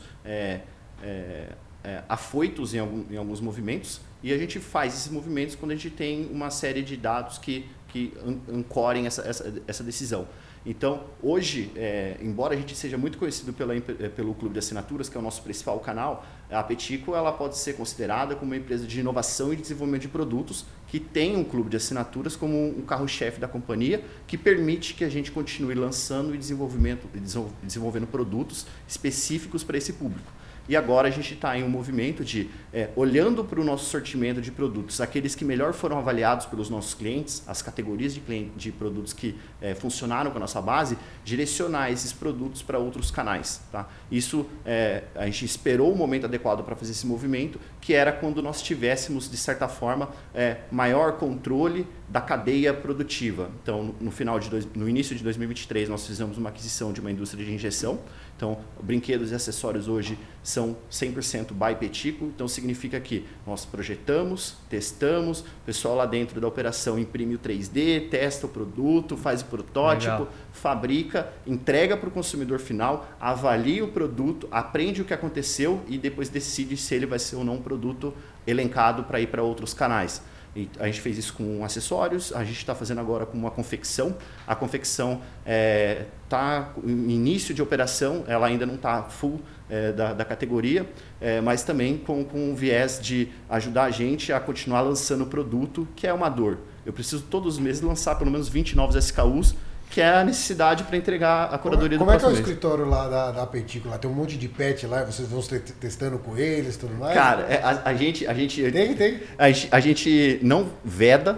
afoitos em alguns movimentos, e a gente faz esses movimentos quando a gente tem uma série de dados que ancorem essa decisão. Então, hoje, embora a gente seja muito conhecido pelo Clube de Assinaturas, que é o nosso principal canal, a Petico ela pode ser considerada como uma empresa de inovação e desenvolvimento de produtos que tem um clube de assinaturas como um carro-chefe da companhia, que permite que a gente continue lançando e desenvolvendo produtos específicos para esse público. E agora a gente está em um movimento de, olhando para o nosso sortimento de produtos, aqueles que melhor foram avaliados pelos nossos clientes, as categorias de produtos que funcionaram com a nossa base, direcionar esses produtos para outros canais. Tá? Isso, a gente esperou o momento adequado para fazer esse movimento, que era quando nós tivéssemos, de certa forma, maior controle da cadeia produtiva. Então, no início de 2023, nós fizemos uma aquisição de uma indústria de injeção. Então, brinquedos e acessórios hoje são 100% by Petico. Então, significa que nós projetamos, testamos, o pessoal lá dentro da operação imprime o 3D, testa o produto, faz o protótipo, legal, fabrica, entrega para o consumidor final, avalia o produto, aprende o que aconteceu e depois decide se ele vai ser ou não um produto elencado para ir para outros canais. E a gente fez isso com acessórios, a gente está fazendo agora com uma confecção. A confecção está em início de operação, ela ainda não está full da categoria, mas também com um viés de ajudar a gente a continuar lançando o produto, que é uma dor. Eu preciso todos os meses lançar pelo menos 20 novos SKUs, que é a necessidade para entregar a curadoria do próximo mês. Como é que é o escritório lá da Petico? Lá tem um monte de pet lá, vocês vão testando com eles e tudo mais? Cara, a gente Tem. A gente não veda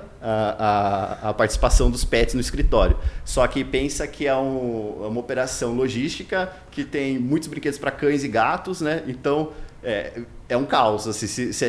a participação dos pets no escritório. Só que pensa que é uma operação logística que tem muitos brinquedos para cães e gatos, né? Então é um caos. Assim,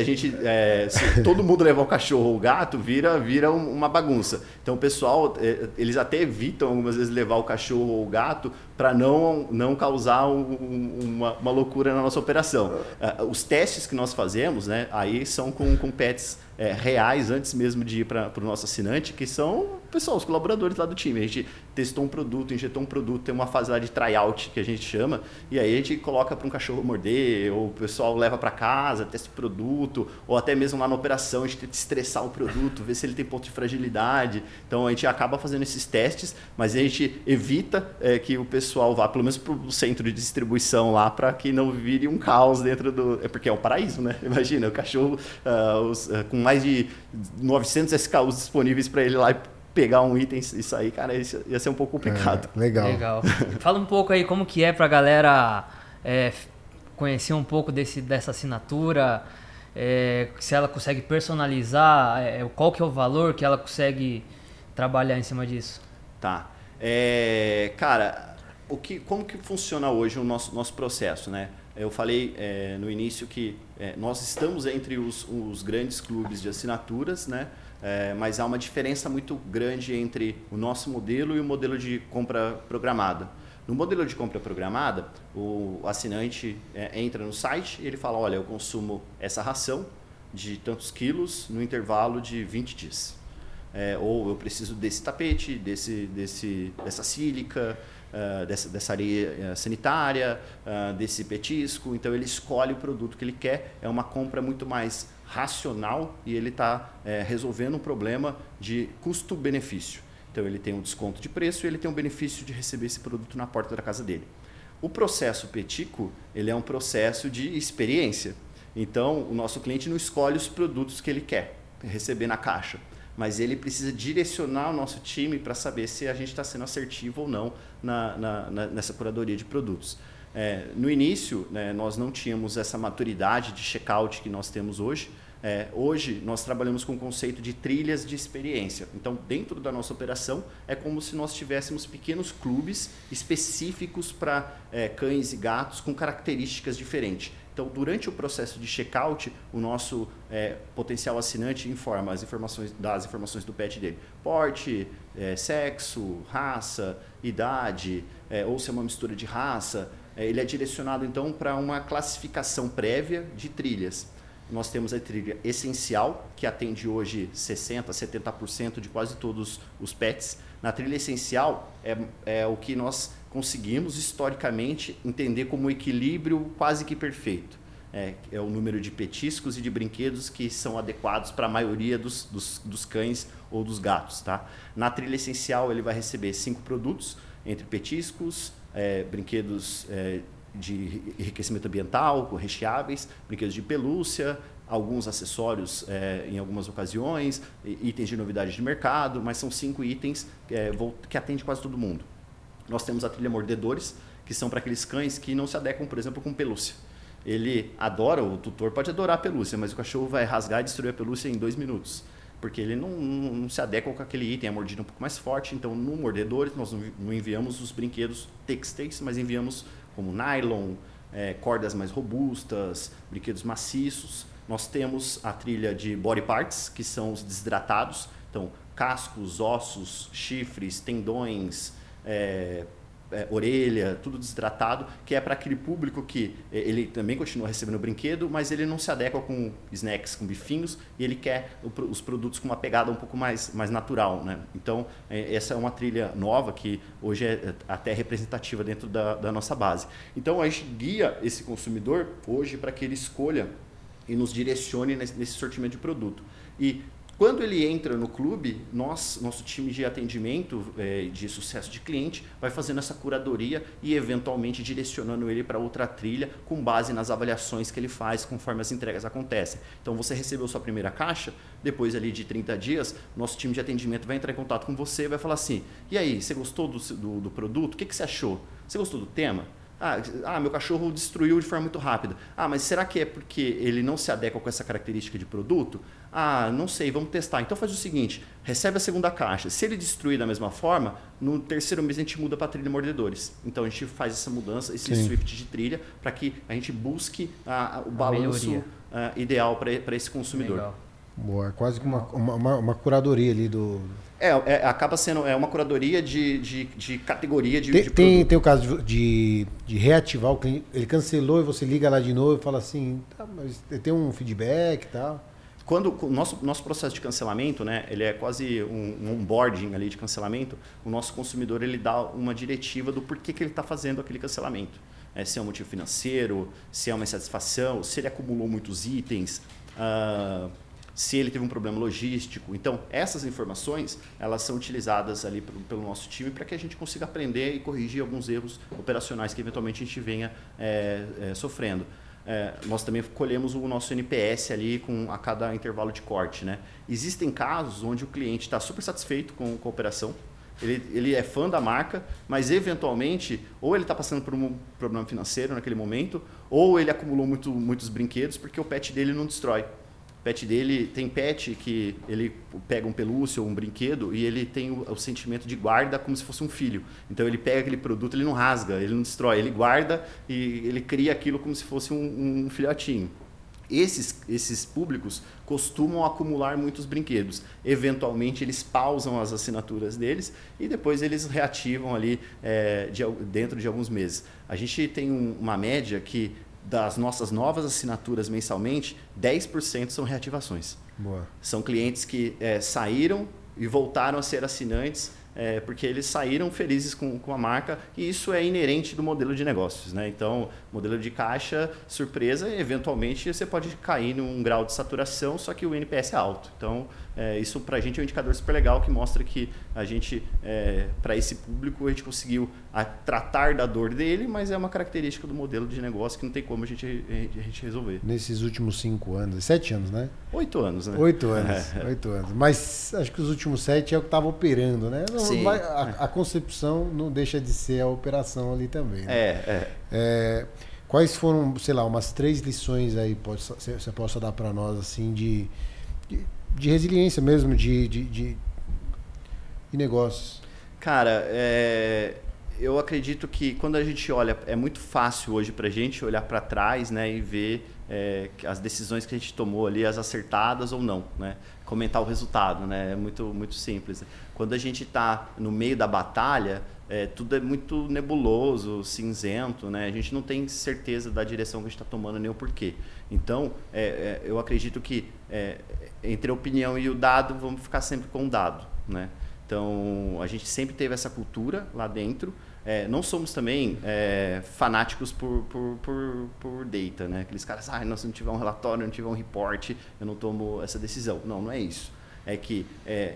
se todo mundo levar o cachorro ou o gato, vira uma bagunça. Então o pessoal, eles até evitam algumas vezes levar o cachorro ou o gato para não causar uma loucura na nossa operação. Os testes que nós fazemos, né, aí são com pets reais, antes mesmo de ir para o nosso assinante, que são pessoal, os colaboradores lá do time. A gente testou um produto, injetou um produto, tem uma fase lá de tryout que a gente chama, e aí a gente coloca para um cachorro morder, ou o pessoal leva para casa, testa o produto, ou até mesmo lá na operação a gente tenta estressar o produto, ver se ele tem ponto de fragilidade. Então a gente acaba fazendo esses testes, mas a gente evita que o pessoal vá pelo menos para o centro de distribuição lá, para que não vire um caos dentro do... porque é um paraíso, né? Imagina, o cachorro com mais de 900 SKUs disponíveis para ele lá e pegar um item e sair, cara, isso ia ser um pouco complicado. Legal. Fala um pouco aí como que é pra galera conhecer um pouco dessa assinatura, se ela consegue personalizar, qual que é o valor que ela consegue trabalhar em cima disso. Tá. Cara, como que funciona hoje o nosso processo, né? Eu falei no início que nós estamos entre os grandes clubes de assinaturas, né? Mas há uma diferença muito grande entre o nosso modelo e o modelo de compra programada. No modelo de compra programada, o assinante entra no site e ele fala, olha, eu consumo essa ração de tantos quilos no intervalo de 20 dias. Ou eu preciso desse tapete, dessa sílica, dessa areia sanitária, desse petisco. Então ele escolhe o produto que ele quer. É uma compra muito mais racional e ele está resolvendo um problema de custo-benefício. Então ele tem um desconto de preço e ele tem um benefício de receber esse produto na porta da casa dele. O processo Petico, ele é um processo de experiência. Então o nosso cliente não escolhe os produtos que ele quer receber na caixa, mas ele precisa direcionar o nosso time para saber se a gente está sendo assertivo ou não nessa curadoria de produtos. No início, né, nós não tínhamos essa maturidade de checkout que nós temos hoje. Hoje, nós trabalhamos com o conceito de trilhas de experiência. Então, dentro da nossa operação, é como se nós tivéssemos pequenos clubes específicos para cães e gatos com características diferentes. Então, durante o processo de checkout, o nosso potencial assinante informa das informações do pet dele. Porte, sexo, raça, idade, ou se é uma mistura de raça. Ele é direcionado, então, para uma classificação prévia de trilhas. Nós temos a trilha essencial, que atende hoje 60%, 70% de quase todos os pets. Na trilha essencial é o que nós conseguimos historicamente entender como equilíbrio quase que perfeito. É o número de petiscos e de brinquedos que são adequados para a maioria dos cães ou dos gatos. Tá? Na trilha essencial ele vai receber 5 produtos, entre petiscos, brinquedos de enriquecimento ambiental, recheáveis, brinquedos de pelúcia, alguns acessórios em algumas ocasiões, itens de novidade de mercado, mas são 5 itens que atendem quase todo mundo. Nós temos a trilha mordedores, que são para aqueles cães que não se adequam, por exemplo, com pelúcia. Ele adora, o tutor pode adorar a pelúcia, mas o cachorro vai rasgar e destruir a pelúcia em 2 minutos. Porque ele não se adequa com aquele item, a mordida um pouco mais forte. Então, no mordedores, nós não enviamos os brinquedos têxteis, mas enviamos como nylon, cordas mais robustas, brinquedos maciços. Nós temos a trilha de body parts, que são os desidratados. Então, cascos, ossos, chifres, tendões, orelha, tudo desidratado, que é para aquele público que ele também continua recebendo o brinquedo, mas ele não se adequa com snacks, com bifinhos, e ele quer os produtos com uma pegada um pouco mais natural. Né? Então, essa é uma trilha nova que hoje é até representativa dentro da nossa base. Então, a gente guia esse consumidor hoje para que ele escolha e nos direcione nesse sortimento de produto. E quando ele entra no clube, nosso time de atendimento, de sucesso de cliente, vai fazendo essa curadoria e eventualmente direcionando ele para outra trilha com base nas avaliações que ele faz conforme as entregas acontecem. Então você recebeu sua primeira caixa, depois ali de 30 dias, nosso time de atendimento vai entrar em contato com você e vai falar assim, e aí, você gostou do produto? O que você achou? Você gostou do tema? Meu cachorro destruiu de forma muito rápida. Mas será que é porque ele não se adequa com essa característica de produto? Não sei, vamos testar. Então faz o seguinte, recebe a segunda caixa. Se ele destruir da mesma forma, no terceiro mês a gente muda para a trilha mordedores. Então a gente faz essa mudança, esse shift de trilha, para que a gente busque o balanço ideal para esse consumidor. Legal. Boa, é quase que uma curadoria ali do... acaba sendo uma curadoria de categoria de tem o caso de reativar o cliente, ele cancelou e você liga lá de novo e fala assim, mas tem um feedback e tal. Quando o nosso processo de cancelamento, né, ele é quase um onboarding ali de cancelamento, o nosso consumidor ele dá uma diretiva do porquê que ele está fazendo aquele cancelamento. Se é um motivo financeiro, se é uma insatisfação, se ele acumulou muitos itens, se ele teve um problema logístico. Então, essas informações, elas são utilizadas ali pelo nosso time para que a gente consiga aprender e corrigir alguns erros operacionais que eventualmente a gente venha sofrendo. Nós também colhemos o nosso NPS ali a cada intervalo de corte. Né? Existem casos onde o cliente está super satisfeito com a operação, ele é fã da marca, mas eventualmente ou ele está passando por um problema financeiro naquele momento, ou ele acumulou muitos brinquedos porque o pet dele não destrói. pet dele tem pet que ele pega um pelúcia ou um brinquedo e ele tem o sentimento de guarda como se fosse um filho. Então ele pega aquele produto, ele não rasga, ele não destrói, ele guarda e ele cria aquilo como se fosse um filhotinho. Esses públicos costumam acumular muitos brinquedos. Eventualmente eles pausam as assinaturas deles e depois eles reativam ali dentro de alguns meses. A gente tem uma média que das nossas novas assinaturas mensalmente, 10% são reativações. Boa. São clientes que saíram e voltaram a ser assinantes porque eles saíram felizes com a marca e isso é inerente do modelo de negócios, né? Então, modelo de caixa, surpresa, eventualmente você pode cair num grau de saturação, só que o NPS é alto. Então, isso para a gente é um indicador super legal que mostra que a gente, para esse público, a gente conseguiu tratar da dor dele, mas é uma característica do modelo de negócio que não tem como a gente resolver. Nesses últimos 5 anos, 7 anos, né? 8 anos, né? 8 anos, 8 anos. Mas acho que os últimos 7 é o que estava operando, né? Sim. A concepção não deixa de ser a operação ali também. Né? Quais foram, sei lá, umas 3 lições aí você possa dar para nós, assim, de resiliência mesmo, de negócios? Cara, eu acredito que quando a gente olha, é muito fácil hoje para a gente olhar para trás, né, e ver as decisões que a gente tomou ali, as acertadas ou não, né? Comentar o resultado, né? É muito, muito simples. Quando a gente está no meio da batalha, tudo é muito nebuloso, cinzento, né? A gente não tem certeza da direção que a gente está tomando nem o porquê. Então, eu acredito que entre a opinião e o dado, vamos ficar sempre com o dado, né? Então, a gente sempre teve essa cultura lá dentro. Não somos também fanáticos por data, né? Aqueles caras, se não tiver um relatório, não tiver um report, eu não tomo essa decisão. Não é isso. É que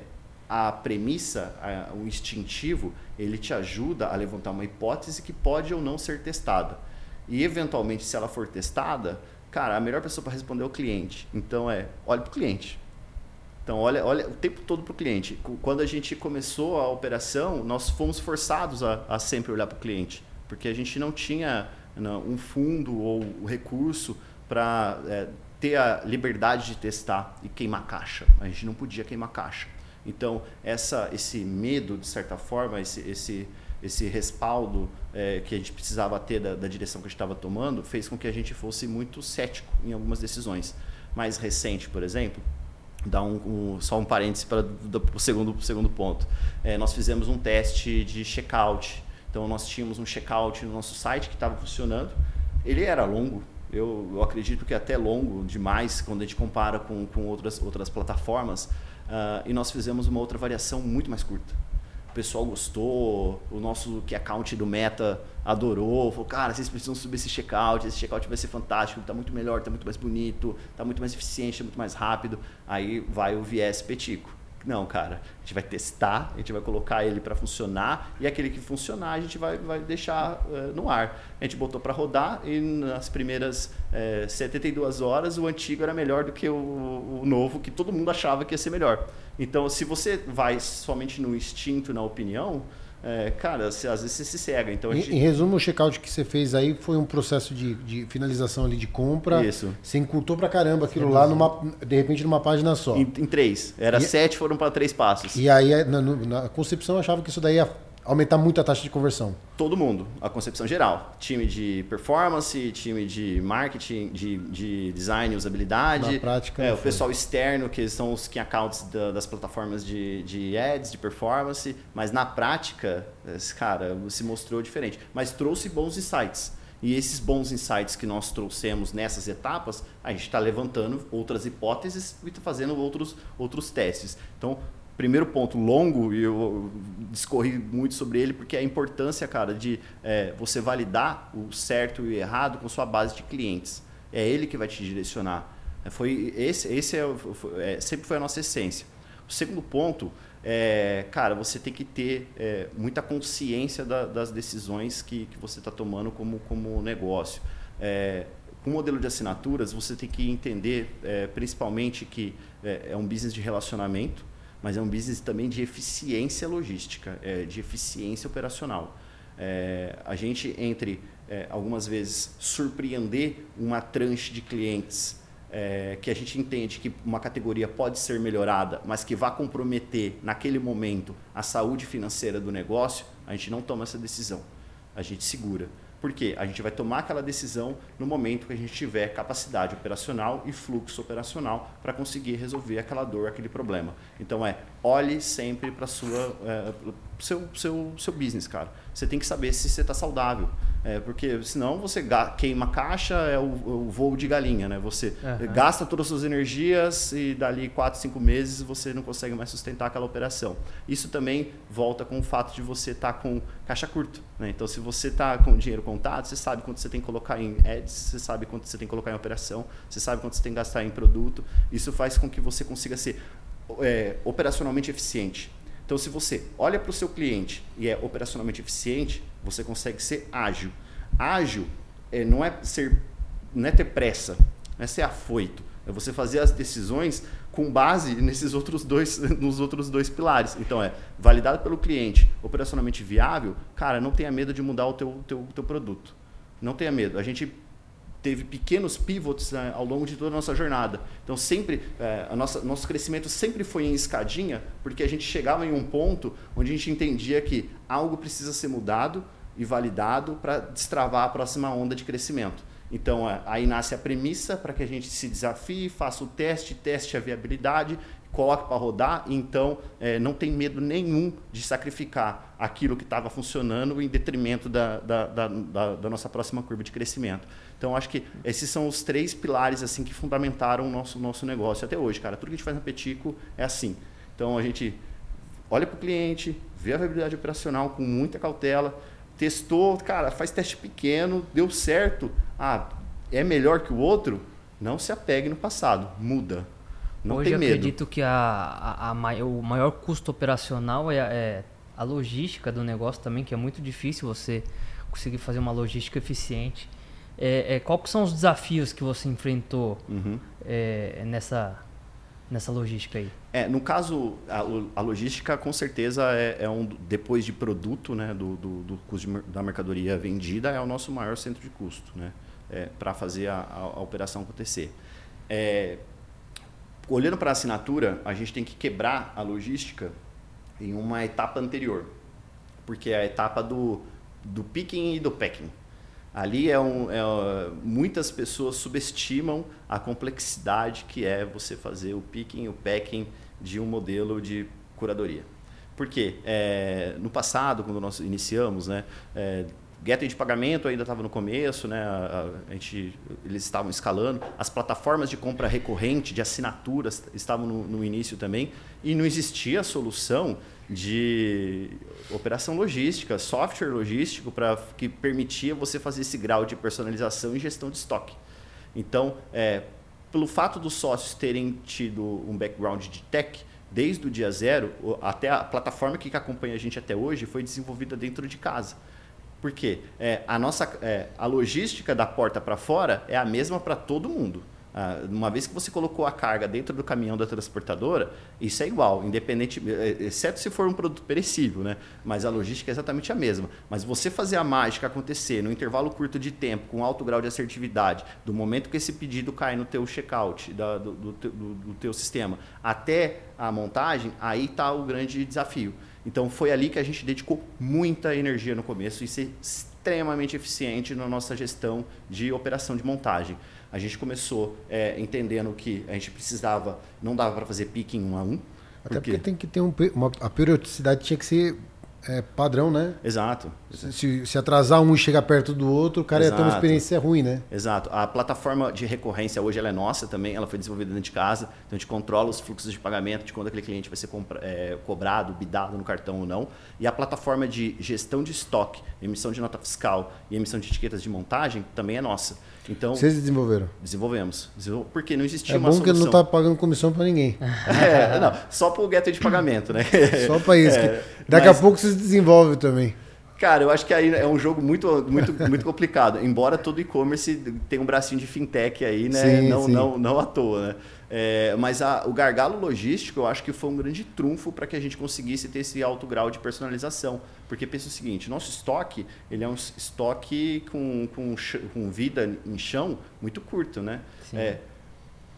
a premissa, o instintivo, ele te ajuda a levantar uma hipótese que pode ou não ser testada. E, eventualmente, se ela for testada, cara, a melhor pessoa para responder é o cliente. Então, olhe para o cliente. Então, olha o tempo todo para o cliente. Quando a gente começou a operação, nós fomos forçados a sempre olhar para o cliente, porque a gente não tinha um fundo ou o recurso para ter a liberdade de testar e queimar caixa. A gente não podia queimar caixa. Então, esse medo, de certa forma, esse respaldo que a gente precisava ter da direção que a gente estava tomando, fez com que a gente fosse muito cético em algumas decisões. Mais recente, por exemplo, dar só um parêntese para o segundo ponto. Nós fizemos um teste de checkout. Então, nós tínhamos um checkout no nosso site que estava funcionando. Ele era longo. Eu acredito que até longo demais quando a gente compara com outras plataformas. E nós fizemos uma outra variação muito mais curta. O pessoal gostou, o nosso key account do Meta adorou, falou, cara, vocês precisam subir esse checkout vai ser fantástico, está muito melhor, está muito mais bonito, está muito mais eficiente, está muito mais rápido. Aí vai o viés petico. Não, cara, a gente vai testar, a gente vai colocar ele para funcionar e aquele que funcionar a gente vai deixar no ar. A gente botou para rodar e nas primeiras 72 horas o antigo era melhor do que o novo, que todo mundo achava que ia ser melhor. Então, se você vai somente no instinto, na opinião, cara, às vezes você se cega. Então, em resumo, o checkout que você fez aí foi um processo de finalização ali de compra. Isso. Você encurtou pra caramba aquilo lá, de repente, numa página só. Em 3. Era 7, foram para 3 passos. E aí, na concepção, eu achava que isso daí ia aumentar muito a taxa de conversão. Todo mundo, a concepção geral. Time de performance, time de marketing, de design, usabilidade. Na prática, o pessoal externo, que são os key accounts das plataformas de ads, de performance. Mas na prática, cara, se mostrou diferente. Mas trouxe bons insights. E esses bons insights que nós trouxemos nessas etapas, a gente está levantando outras hipóteses e está fazendo outros testes. Então, primeiro ponto longo, e eu discorri muito sobre ele, porque é a importância, cara, de você validar o certo e o errado com sua base de clientes. É ele que vai te direcionar. Sempre foi a nossa essência. O segundo ponto cara, você tem que ter muita consciência das decisões que você está tomando como negócio. Com o modelo de assinaturas, você tem que entender principalmente que é um business de relacionamento, mas é um business também de eficiência logística, de eficiência operacional. A gente, algumas vezes, surpreender uma tranche de clientes que a gente entende que uma categoria pode ser melhorada, mas que vai comprometer naquele momento a saúde financeira do negócio, a gente não toma essa decisão, a gente segura. Por quê? A gente vai tomar aquela decisão no momento que a gente tiver capacidade operacional e fluxo operacional para conseguir resolver aquela dor, aquele problema. Então, olhe sempre para o seu business, cara. Você tem que saber se você está saudável. Porque senão você queima a caixa, o voo de galinha, né? Você gasta todas as suas energias e dali 4, 5 meses você não consegue mais sustentar aquela operação. Isso também volta com o fato de você estar com caixa curta, né? Então, se você está com dinheiro contado, você sabe quanto você tem que colocar em ads, você sabe quanto você tem que colocar em operação, você sabe quanto você tem que gastar em produto. Isso faz com que você consiga ser operacionalmente eficiente. Então, se você olha para o seu cliente e é operacionalmente eficiente, você consegue ser ágil. Ágil não é ter pressa, não é ser afoito. É você fazer as decisões com base nos outros dois pilares. Então, validado pelo cliente, operacionalmente viável, cara, não tenha medo de mudar o teu produto. Não tenha medo. A gente teve pequenos pivots ao longo de toda a nossa jornada. Então, sempre, nosso crescimento sempre foi em escadinha, porque a gente chegava em um ponto onde a gente entendia que algo precisa ser mudado e validado para destravar a próxima onda de crescimento. Então, aí nasce a premissa para que a gente se desafie, faça o teste a viabilidade, coloque para rodar. Então, não tem medo nenhum de sacrificar aquilo que estava funcionando em detrimento da nossa próxima curva de crescimento. Então, acho que esses são os 3 pilares assim, que fundamentaram o nosso negócio até hoje, cara. Tudo que a gente faz na Petico é assim. Então, a gente olha para o cliente, vê a viabilidade operacional com muita cautela, testou, cara, faz teste pequeno, deu certo. É melhor que o outro? Não se apegue no passado, muda. Não hoje tem medo. Eu acredito que o maior custo operacional é a logística do negócio também, que é muito difícil você conseguir fazer uma logística eficiente. Quais são os desafios que você enfrentou nessa logística aí? No caso, a logística com certeza depois de produto, né, do custo da mercadoria vendida, é o nosso maior centro de custo, né, para fazer a operação acontecer. Olhando para a assinatura, a gente tem que quebrar a logística em uma etapa anterior, porque é a etapa do picking e do packing. Ali muitas pessoas subestimam a complexidade que é você fazer o picking e o packing de um modelo de curadoria. Por quê? No passado, quando nós iniciamos, né, gateway de pagamento ainda estava no começo, né, eles estavam escalando, as plataformas de compra recorrente, de assinaturas, estavam no início também, e não existia solução de operação logística, software logístico que permitia você fazer esse grau de personalização e gestão de estoque. Então, pelo fato dos sócios terem tido um background de tech, desde o dia 0, até a plataforma que acompanha a gente até hoje foi desenvolvida dentro de casa. Por quê? A logística da porta para fora é a mesma para todo mundo. Uma vez que você colocou a carga dentro do caminhão da transportadora, isso é igual, independente, exceto se for um produto perecível, né? Mas a logística é exatamente a mesma. Mas você fazer a mágica acontecer no intervalo curto de tempo, com alto grau de assertividade, do momento que esse pedido cai no teu checkout do teu sistema até a montagem, aí está o grande desafio. Então foi ali que a gente dedicou muita energia no começo e ser extremamente eficiente na nossa gestão de operação de montagem. A gente começou entendendo que a gente não dava para fazer picking 1 a 1. Até porque tem que ter a periodicidade tinha que ser padrão, né? Exato. Se atrasar um e chegar perto do outro, o cara ia ter uma experiência ruim, né? Exato. A plataforma de recorrência hoje ela é nossa também, ela foi desenvolvida dentro de casa, então a gente controla os fluxos de pagamento de quando aquele cliente vai ser cobrado, bidado no cartão ou não. E a plataforma de gestão de estoque, emissão de nota fiscal e emissão de etiquetas de montagem também é nossa. Então, vocês desenvolveram? Desenvolvemos. Porque não existia uma solução. É bom que ele não está pagando comissão para ninguém. Não, só para o gateway de pagamento, né? Só para isso. Daqui a pouco vocês desenvolvem também. Cara, eu acho que aí é um jogo muito complicado. Embora todo e-commerce tenha um bracinho de fintech aí, né? Sim, não à toa, né? Mas o gargalo logístico, eu acho que foi um grande trunfo para que a gente conseguisse ter esse alto grau de personalização. Porque pensa o seguinte, nosso estoque, ele é um estoque com vida em chão muito curto, né?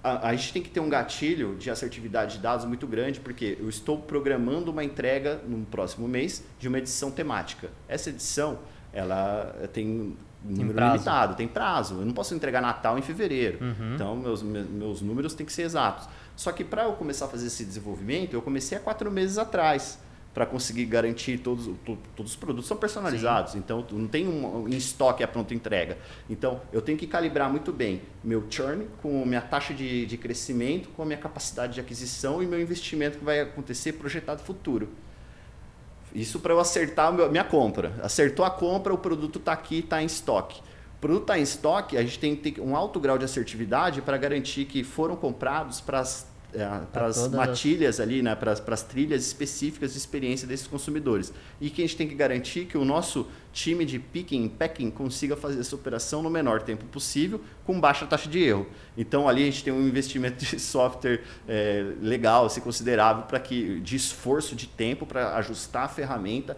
a gente tem que ter um gatilho de assertividade de dados muito grande, porque eu estou programando uma entrega no próximo mês de uma edição temática. Essa edição, ela tem um número limitado, tem prazo. Eu não posso entregar Natal em fevereiro. Então, meus números têm que ser exatos. Só que para eu começar a fazer esse desenvolvimento, eu comecei há 4 meses atrás, para conseguir garantir todos os produtos são personalizados. Sim. Então, não tem em estoque a pronta entrega. Então, eu tenho que calibrar muito bem meu churn com minha taxa de crescimento, com a minha capacidade de aquisição e meu investimento que vai acontecer projetado futuro. Isso para eu acertar a minha compra. Acertou a compra, o produto está aqui, está em estoque. O produto está em estoque, a gente tem que ter um alto grau de assertividade para garantir que foram comprados para as matilhas ali, né, para as trilhas específicas de experiência desses consumidores. E que a gente tem que garantir que o nosso time de picking e packing consiga fazer essa operação no menor tempo possível, com baixa taxa de erro. Então, ali a gente tem um investimento de software legal, assim, considerável, de esforço de tempo para ajustar a ferramenta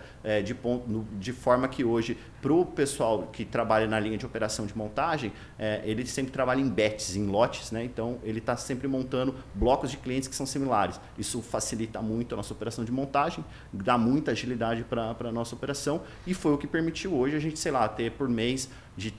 de forma que hoje, para o pessoal que trabalha na linha de operação de montagem, ele sempre trabalha em batches, em lotes, né? Então ele está sempre montando blocos de clientes que são similares. Isso facilita muito a nossa operação de montagem, dá muita agilidade para a nossa operação e foi o que permitiu hoje a gente, sei lá, ter por mês de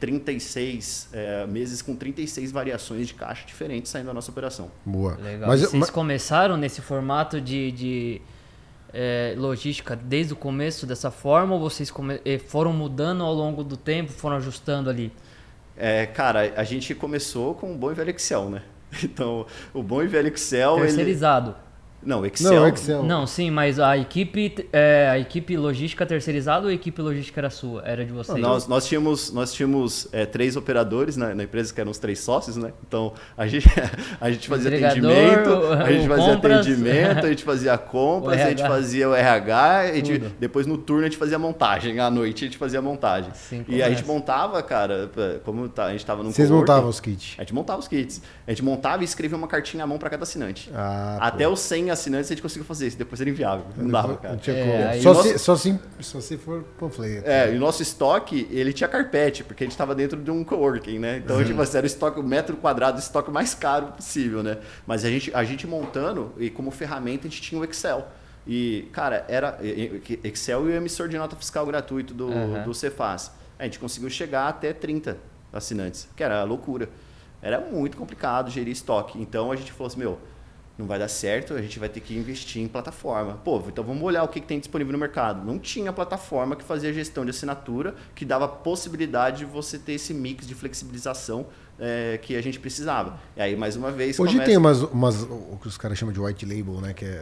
36 meses com 36 variações de caixa diferentes saindo da nossa operação. Boa. Legal. Vocês começaram nesse formato de logística desde o começo dessa forma ou vocês foram mudando ao longo do tempo, foram ajustando ali? Cara, a gente começou com o bom e velho Excel, né? Então, o bom e velho Excel... Terceirizado. Não, Excel. Não, Excel. Não, sim, mas a equipe logística terceirizada ou a equipe logística era sua? Era de vocês? Nós tínhamos 3 operadores na empresa, que eram os 3 sócios, né? Então, a gente fazia atendimento, a gente fazia compras, a gente fazia o RH, depois no turno a gente fazia montagem, à noite a gente fazia montagem. Assim, e a gente montava, cara, a gente estava num Vocês montavam os kits? A gente montava os kits. A gente montava e escrevia uma cartinha à mão para cada assinante. Até os 100 assinantes a gente conseguiu fazer isso, depois era inviável, não dava, cara. Não tinha como. Só se for panfleto. E o nosso estoque, ele tinha carpete, porque a gente estava dentro de um coworking, né? Então, era o estoque, o metro quadrado, o estoque mais caro possível, né? Mas a gente montando, e como ferramenta, a gente tinha o Excel. E, cara, era Excel e o emissor de nota fiscal gratuito do Cefaz. A gente conseguiu chegar até 30 assinantes, que era loucura. Era muito complicado gerir estoque. Então, a gente falou assim, não vai dar certo, a gente vai ter que investir em plataforma. Então vamos olhar o que tem disponível no mercado. Não tinha plataforma que fazia gestão de assinatura, que dava possibilidade de você ter esse mix de flexibilização que a gente precisava. E aí, mais uma vez... Hoje tem o que os caras chamam de white label, né? Que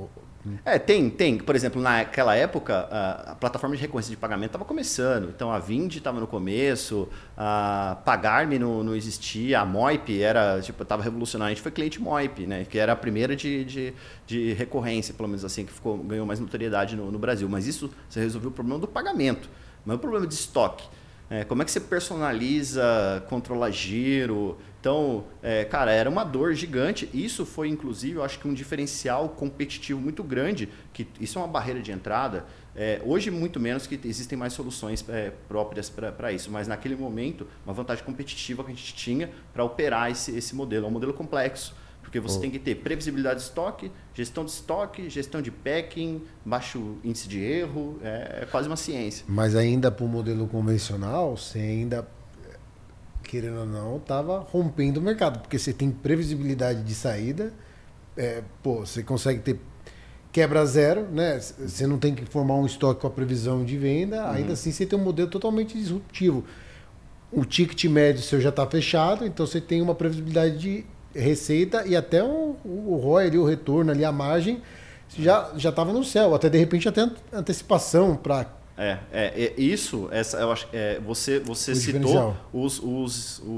tem. Por exemplo, naquela época, a plataforma de recorrência de pagamento estava começando. Então, a Vind estava no começo, a Pagar.me não existia, a Moip estava revolucionária. A gente foi cliente Moip, né? Que era a primeira de recorrência, pelo menos assim, que ganhou mais notoriedade no Brasil. Mas isso, você resolveu o problema do pagamento, não é o problema de estoque. Como é que você personaliza, controla giro? Então, cara, era uma dor gigante. Isso foi, inclusive, eu acho que um diferencial competitivo muito grande, que isso é uma barreira de entrada. Hoje, muito menos, que existem mais soluções próprias para isso. Mas, naquele momento, uma vantagem competitiva que a gente tinha para operar esse modelo. É um modelo complexo. Porque você tem que ter previsibilidade de estoque, gestão de packing, baixo índice de erro, é quase uma ciência. Mas ainda para o modelo convencional, você ainda, querendo ou não, estava rompendo o mercado, porque você tem previsibilidade de saída, você consegue ter quebra zero, né? Você não tem que formar um estoque com a previsão de venda, ainda assim você tem um modelo totalmente disruptivo. O ticket médio seu já está fechado, então você tem uma previsibilidade de receita e até o ROI ali, o retorno ali, a margem já estava no céu, até de repente até antecipação para isso, eu acho, você citou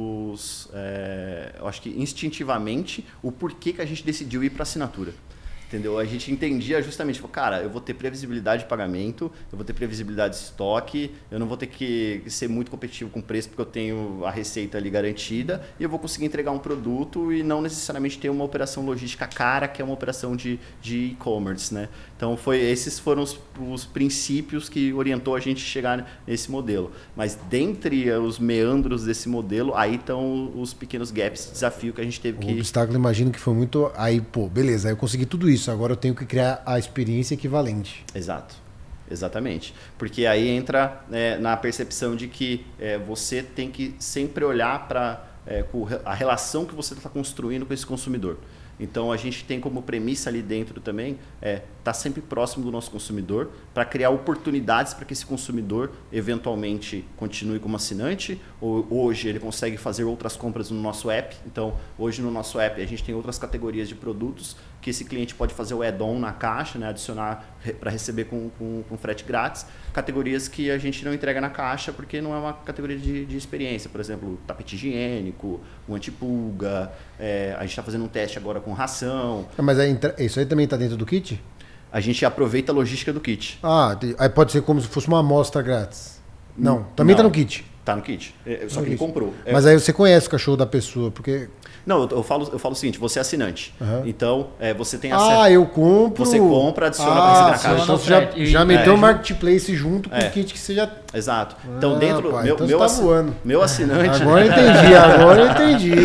eu acho que instintivamente o porquê que a gente decidiu ir para assinatura. Entendeu? A gente entendia justamente, cara, eu vou ter previsibilidade de pagamento, eu vou ter previsibilidade de estoque, eu não vou ter que ser muito competitivo com o preço porque eu tenho a receita ali garantida e eu vou conseguir entregar um produto e não necessariamente ter uma operação logística cara, que é uma operação de e-commerce, né? Então, esses foram os princípios que orientou a gente chegar nesse modelo. Mas dentre os meandros desse modelo, aí estão os pequenos gaps, desafio que a gente teve que... O obstáculo, imagino que foi muito... Aí, pô, beleza, aí eu consegui tudo isso, agora eu tenho que criar a experiência equivalente. Exato. Exatamente. Porque aí entra na percepção de que você tem que sempre olhar para a relação que você está construindo com esse consumidor. Então, a gente tem como premissa ali dentro também estar sempre próximo do nosso consumidor para criar oportunidades para que esse consumidor eventualmente continue como assinante. Ou hoje ele consegue fazer outras compras no nosso app. Então, hoje no nosso app a gente tem outras categorias de produtos que esse cliente pode fazer o add-on na caixa, né, adicionar para receber com frete grátis. Categorias que a gente não entrega na caixa porque não é uma categoria de experiência. Por exemplo, tapete higiênico, o antipulga. A gente está fazendo um teste agora com ração. Mas isso aí também está dentro do kit? A gente aproveita a logística do kit. Aí pode ser como se fosse uma amostra grátis. Não, também está no kit. Está no kit. Só que ele comprou. Mas aí você conhece o cachorro da pessoa, porque... Não, eu falo o seguinte, você é assinante. Uhum. Então, você tem acesso... eu compro... Você compra, adiciona para receber na caixa. Então você já meteu o marketplace junto com o kit que você já... Exato. Então, dentro... Então meu assinante... Agora eu entendi.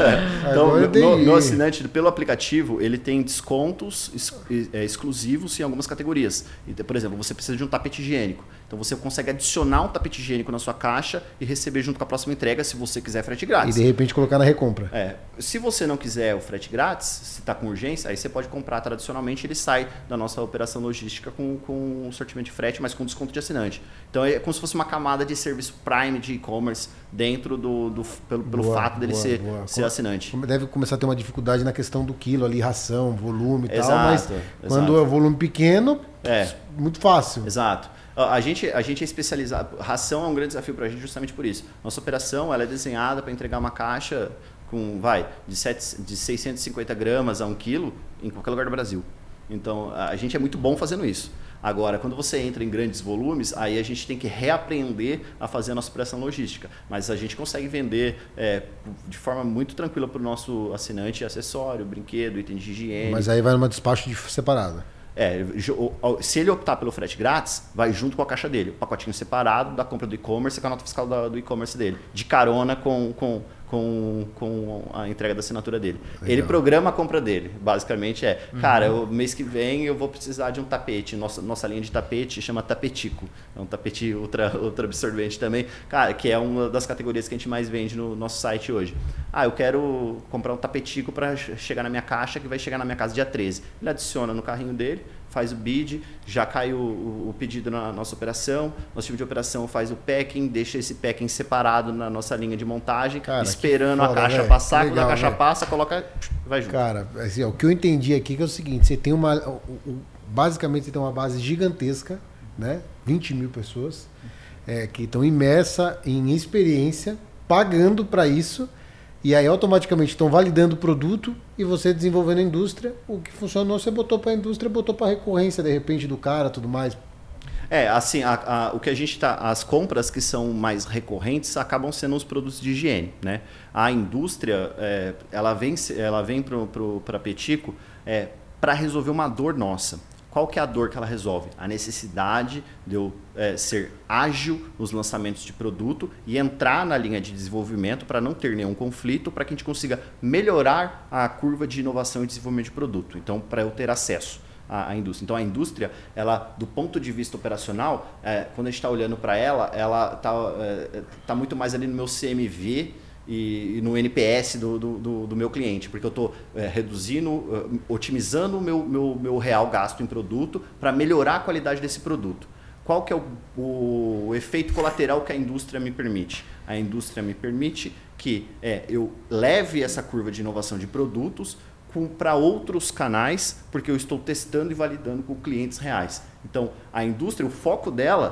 Então, meu assinante, pelo aplicativo, ele tem descontos exclusivos em algumas categorias. Por exemplo, você precisa de um tapete higiênico. Então, você consegue adicionar um tapete higiênico na sua caixa e receber junto com a próxima entrega, se você quiser frete grátis. E, de repente, colocar na recompra. Se você não quiser o frete grátis, se está com urgência, aí você pode comprar tradicionalmente, ele sai da nossa operação logística com um sortimento de frete, mas com desconto de assinante. Então, é como se fosse uma camada de serviço Prime de e-commerce dentro pelo fato dele ser assinante. Deve começar a ter uma dificuldade na questão do quilo ali, ração, volume e exato, tal, mas quando é volume pequeno, muito fácil. Exato. A gente é especializado. Ração é um grande desafio para a gente justamente por isso. Nossa operação ela é desenhada para entregar uma caixa de 650 gramas a 1 quilo em qualquer lugar do Brasil. Então, a gente é muito bom fazendo isso. Agora, quando você entra em grandes volumes, aí a gente tem que reaprender a fazer a nossa operação logística. Mas a gente consegue vender de forma muito tranquila para o nosso assinante acessório, brinquedo, item de higiene. Mas aí vai numa despacho separada. Se ele optar pelo frete grátis, vai junto com a caixa dele. O pacotinho separado da compra do e-commerce com a nota fiscal do e-commerce dele. De carona com a entrega da assinatura dele. Legal. Ele programa a compra dele. Basicamente cara, o mês que vem eu vou precisar de um tapete. Nossa linha de tapete chama Tapetico. É um tapete ultra absorvente também. Cara, que é uma das categorias que a gente mais vende no nosso site hoje. Eu quero comprar um tapetico para chegar na minha caixa, que vai chegar na minha casa dia 13. Ele adiciona no carrinho dele, faz o bid, já cai o pedido na nossa operação, nosso time de operação faz o packing, deixa esse packing separado na nossa linha de montagem, cara, esperando a caixa passar, quando a caixa passa, coloca, vai junto. Cara, assim, o que eu entendi aqui que é o seguinte, você tem basicamente você tem uma base gigantesca, né? 20 mil pessoas que estão imersas em experiência, pagando para isso, e aí automaticamente estão validando o produto e você desenvolvendo a indústria. O que funcionou, você botou para a indústria, botou para a recorrência, de repente, do cara, tudo mais. Assim, o que a gente as compras que são mais recorrentes acabam sendo os produtos de higiene, né? A indústria, ela vem para Petico para resolver uma dor nossa. Qual que é a dor que ela resolve? A necessidade de eu ser ágil nos lançamentos de produto e entrar na linha de desenvolvimento para não ter nenhum conflito, para que a gente consiga melhorar a curva de inovação e desenvolvimento de produto. Então, para eu ter acesso à indústria. Então, a indústria, ela, do ponto de vista operacional, quando a gente está olhando para ela está muito mais ali no meu CMV, e no NPS do meu cliente, porque eu estou otimizando o meu real gasto em produto para melhorar a qualidade desse produto. Qual que é o efeito colateral que a indústria me permite? A indústria me permite que eu leve essa curva de inovação de produtos para outros canais, porque eu estou testando e validando com clientes reais. Então, a indústria, o foco dela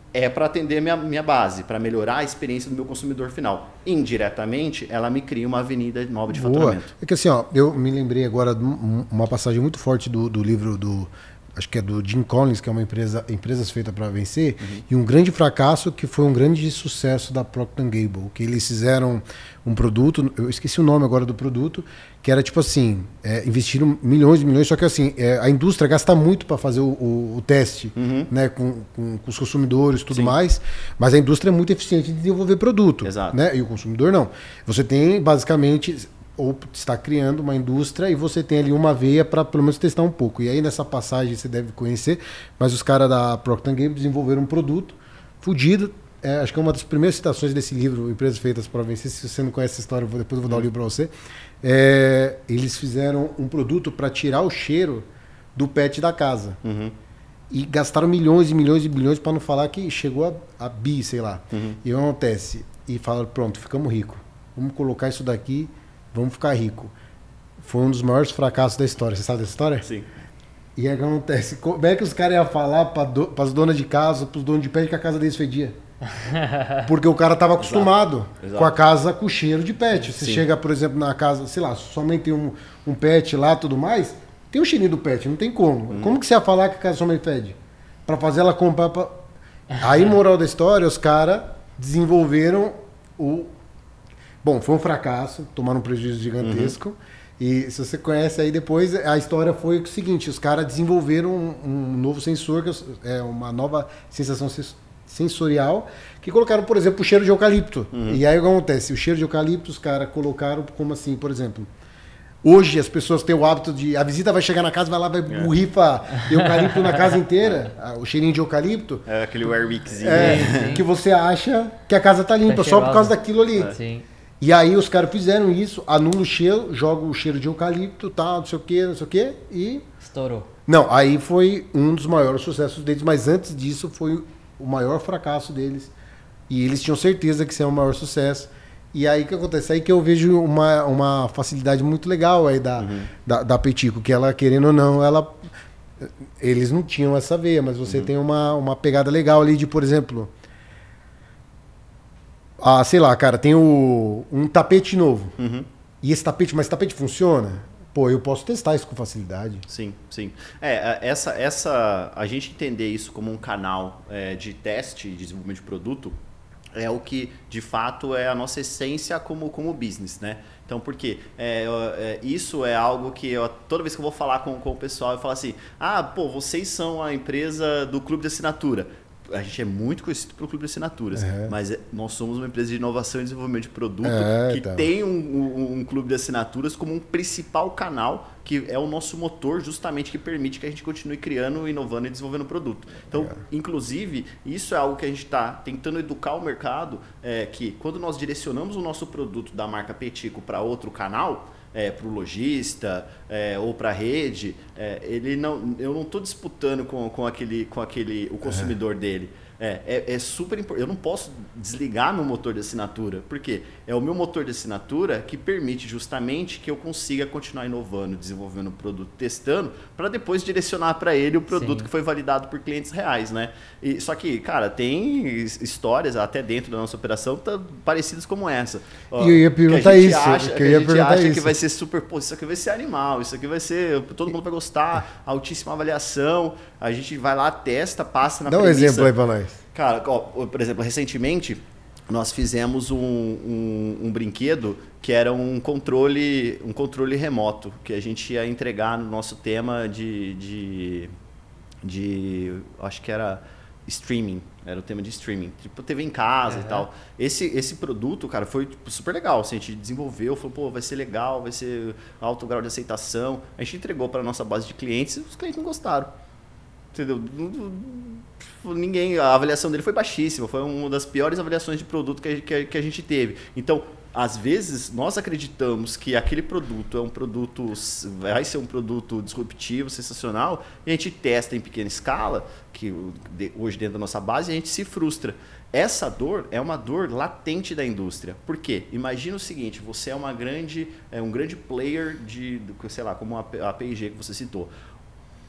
é para atender minha base, para melhorar a experiência do meu consumidor final. Indiretamente, ela me cria uma avenida nova de faturamento. É que assim, ó, eu me lembrei agora de uma passagem muito forte do livro acho que é do Jim Collins, que é uma Empresas Feitas para Vencer, e um grande fracasso que foi um grande sucesso da Procter & Gamble, que eles fizeram um produto, eu esqueci o nome agora do produto, que era tipo assim, investiram milhões e milhões, só que assim, a indústria gasta muito para fazer o teste, né, com os consumidores e tudo mais, mas a indústria é muito eficiente em desenvolver produto, né, e o consumidor não. Você tem basicamente... ou está criando uma indústria e você tem ali uma veia para pelo menos testar um pouco. E aí nessa passagem você deve conhecer, mas os caras da Procter & Gamble desenvolveram um produto fudido. Acho que é uma das primeiras citações desse livro, Empresas Feitas para Vencer. Se você não conhece essa história, depois eu vou dar o livro para você. Eles fizeram um produto para tirar o cheiro do pet da casa. E gastaram milhões e milhões e bilhões, para não falar que chegou a bi, sei lá. E o que acontece? E falaram, pronto, ficamos ricos. Vamos colocar isso daqui, vamos ficar rico. Foi um dos maiores fracassos da história. Você sabe dessa história? Sim. E aí o que acontece? Como é que os caras iam falar para as donas de casa, para os donos de pet, que a casa deles fedia? Porque o cara estava acostumado com a casa com cheiro de pet. Você chega, por exemplo, na casa, sei lá, sua mãe tem um pet lá e tudo mais, tem o cheirinho do pet, não tem como. Como que você ia falar que a casa da sua mãe fede? Para fazer ela comprar... Aí, moral da história, os caras desenvolveram Bom, foi um fracasso, tomaram um prejuízo gigantesco. E se você conhece aí depois, a história foi o seguinte, os caras desenvolveram um novo sensor, que é uma nova sensação sensorial, que colocaram, por exemplo, o cheiro de eucalipto. E aí o que acontece? O cheiro de eucalipto, os caras colocaram como assim, por exemplo... Hoje as pessoas têm o hábito de... A visita vai chegar na casa, vai lá, vai borrifa eucalipto na casa inteira, o cheirinho de eucalipto. É aquele Airwickzinho. Que você acha que a casa tá limpa, só por causa daquilo ali. Sim. E aí os caras fizeram isso, anula o cheiro, joga o cheiro de eucalipto, tal, não sei o quê, e... Estourou. Não, aí foi um dos maiores sucessos deles, mas antes disso foi o maior fracasso deles. E eles tinham certeza que isso é o maior sucesso. E aí o que acontece? Aí que eu vejo uma facilidade muito legal aí da Petico, que ela, querendo ou não, eles não tinham essa veia, mas você tem uma pegada legal ali de, por exemplo... sei lá, cara, tem um tapete novo. E esse tapete, mas esse tapete funciona? Pô, eu posso testar isso com facilidade. Sim, sim. A gente entender isso como um canal de teste e desenvolvimento de produto é o que, de fato, é a nossa essência como business, né? Então, por quê? Isso é algo que toda vez que eu vou falar com o pessoal, eu falo assim, vocês são a empresa do clube de assinatura. A gente é muito conhecido pelo clube de assinaturas, mas nós somos uma empresa de inovação e desenvolvimento de produto que tem um clube de assinaturas como um principal canal, que é o nosso motor justamente que permite que a gente continue criando, inovando e desenvolvendo produto. Então, inclusive, isso é algo que a gente está tentando educar o mercado, que quando nós direcionamos o nosso produto da marca Petico para outro canal, para o lojista ou para a rede, eu não estou disputando com o consumidor dele. É super importante. Eu não posso desligar meu motor de assinatura, porque é o meu motor de assinatura que permite justamente que eu consiga continuar inovando, desenvolvendo o produto, testando, para depois direcionar para ele o produto que foi validado por clientes reais, né? Só que, cara, tem histórias até dentro da nossa operação parecidas como essa. E eu ia perguntar isso. A gente acha que vai ser super, isso aqui vai ser animal, isso aqui vai ser, todo mundo vai gostar, altíssima avaliação, a gente vai lá, testa, passa na premissa. Dá um exemplo aí para nós. Cara, por exemplo, recentemente nós fizemos um brinquedo que era um controle remoto, que a gente ia entregar no nosso tema de acho que era streaming, era o tema de streaming, tipo TV em casa e tal. Esse produto, cara, foi super legal, assim, a gente desenvolveu, falou, vai ser legal, vai ser alto grau de aceitação. A gente entregou para a nossa base de clientes e os clientes não gostaram. Entendeu? A avaliação dele foi baixíssima, foi uma das piores avaliações de produto que a gente teve. Então, às vezes, nós acreditamos que aquele produto vai ser um produto disruptivo, sensacional, e a gente testa em pequena escala, que hoje dentro da nossa base, e a gente se frustra. Essa dor é uma dor latente da indústria. Por quê? Imagina o seguinte, você é um grande player sei lá, como a P&G que você citou.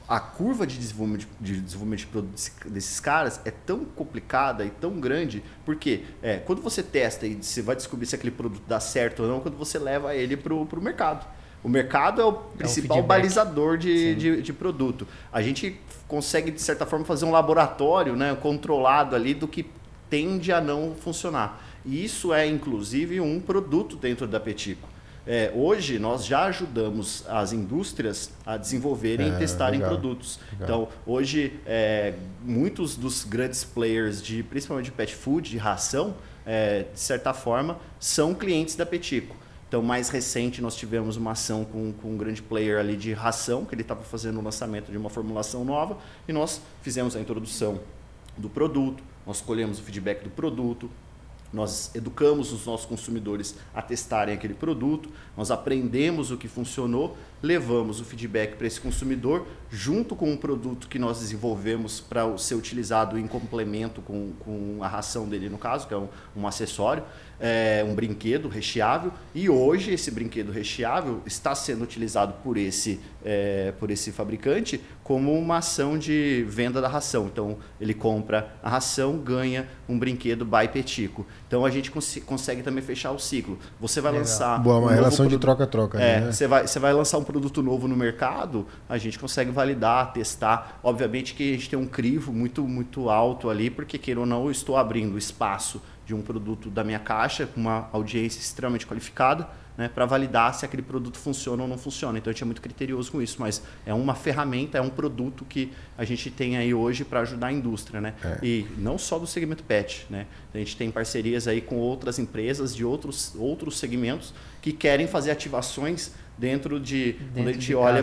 a curva de desenvolvimento de produtos desses caras é tão complicada e tão grande, porque quando você testa e você vai descobrir se aquele produto dá certo ou não, quando você leva ele para o mercado. O mercado é o principal balizador de produto. A gente consegue, de certa forma, fazer um laboratório, né, controlado ali do que tende a não funcionar. E isso é, inclusive, um produto dentro da Petico. Hoje, nós já ajudamos as indústrias a desenvolverem e testarem produtos. Legal. Então, hoje, muitos dos grandes players, principalmente de pet food, de ração, de certa forma, são clientes da Petico. Então, mais recente, nós tivemos uma ação com um grande player ali de ração, que ele estava fazendo o lançamento de uma formulação nova, e nós fizemos a introdução do produto, nós colhemos o feedback do produto, nós educamos os nossos consumidores a testarem aquele produto, nós aprendemos o que funcionou, levamos o feedback para esse consumidor, junto com um produto que nós desenvolvemos para ser utilizado em complemento com a ração dele, no caso, que é um acessório, um brinquedo recheável, e hoje esse brinquedo recheável está sendo utilizado por esse fabricante como uma ação de venda da ração. Então, ele compra a ração, ganha um brinquedo by Petico. Então, a gente consegue também fechar o ciclo. Você vai lançar... Boa, uma relação de troca-troca. Né? Você vai lançar um produto novo no mercado, a gente consegue validar, testar. Obviamente que a gente tem um crivo muito, muito alto ali, porque, queira ou não, eu estou abrindo espaço de um produto da minha caixa, com uma audiência extremamente qualificada, né, para validar se aquele produto funciona ou não funciona. Então, a gente é muito criterioso com isso, mas é uma ferramenta, é um produto que a gente tem aí hoje para ajudar a indústria. Né? E não só do segmento pet. Né? A gente tem parcerias aí com outras empresas de outros segmentos que querem fazer ativações dentro quando a gente olha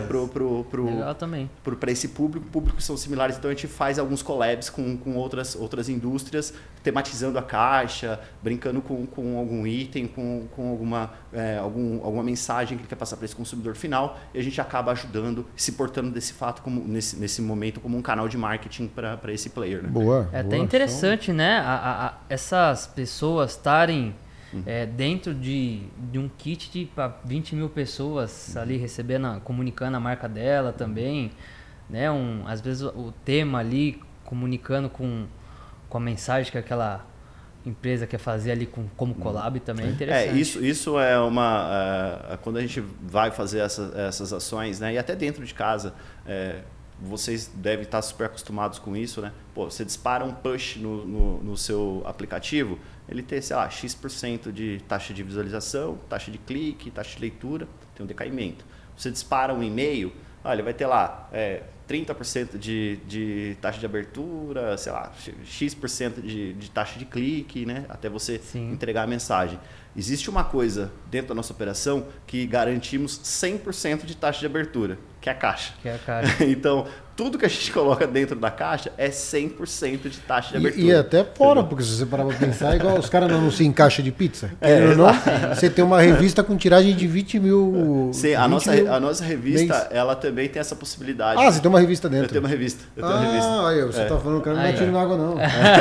para esse públicos são similares. Então, a gente faz alguns collabs com outras indústrias, tematizando a caixa, brincando com algum item, com alguma mensagem que ele quer passar para esse consumidor final, e a gente acaba ajudando, se portando desse fato, nesse momento, como um canal de marketing para esse player. Né? Boa. É até interessante, né? Essas pessoas estarem dentro de um kit de 20 mil pessoas ali recebendo, comunicando a marca dela também, né? Às vezes o tema ali comunicando com a mensagem que aquela empresa quer fazer ali como collab também é interessante. Isso é quando a gente vai fazer essas ações, né? E até dentro de casa, vocês devem estar super acostumados com isso, né? Pô, você dispara um push no seu aplicativo, ele tem, sei lá, X% de taxa de visualização, taxa de clique, taxa de leitura, tem um decaimento. Você dispara um e-mail, ele vai ter lá 30% de taxa de abertura, sei lá, X% de taxa de clique, né? Até você entregar a mensagem. Existe uma coisa dentro da nossa operação que garantimos 100% de taxa de abertura, que é a caixa. Então, tudo que a gente coloca dentro da caixa é 100% de taxa de abertura. E até fora, porque se você parar para pensar, igual os caras não anunciam em caixa de pizza. Você tem uma revista com tiragem de 20 mil... Sim, a nossa revista, ela também tem essa possibilidade. Você tem uma revista dentro? Eu tenho uma revista. Você tá falando que eu não é tiro na água, não.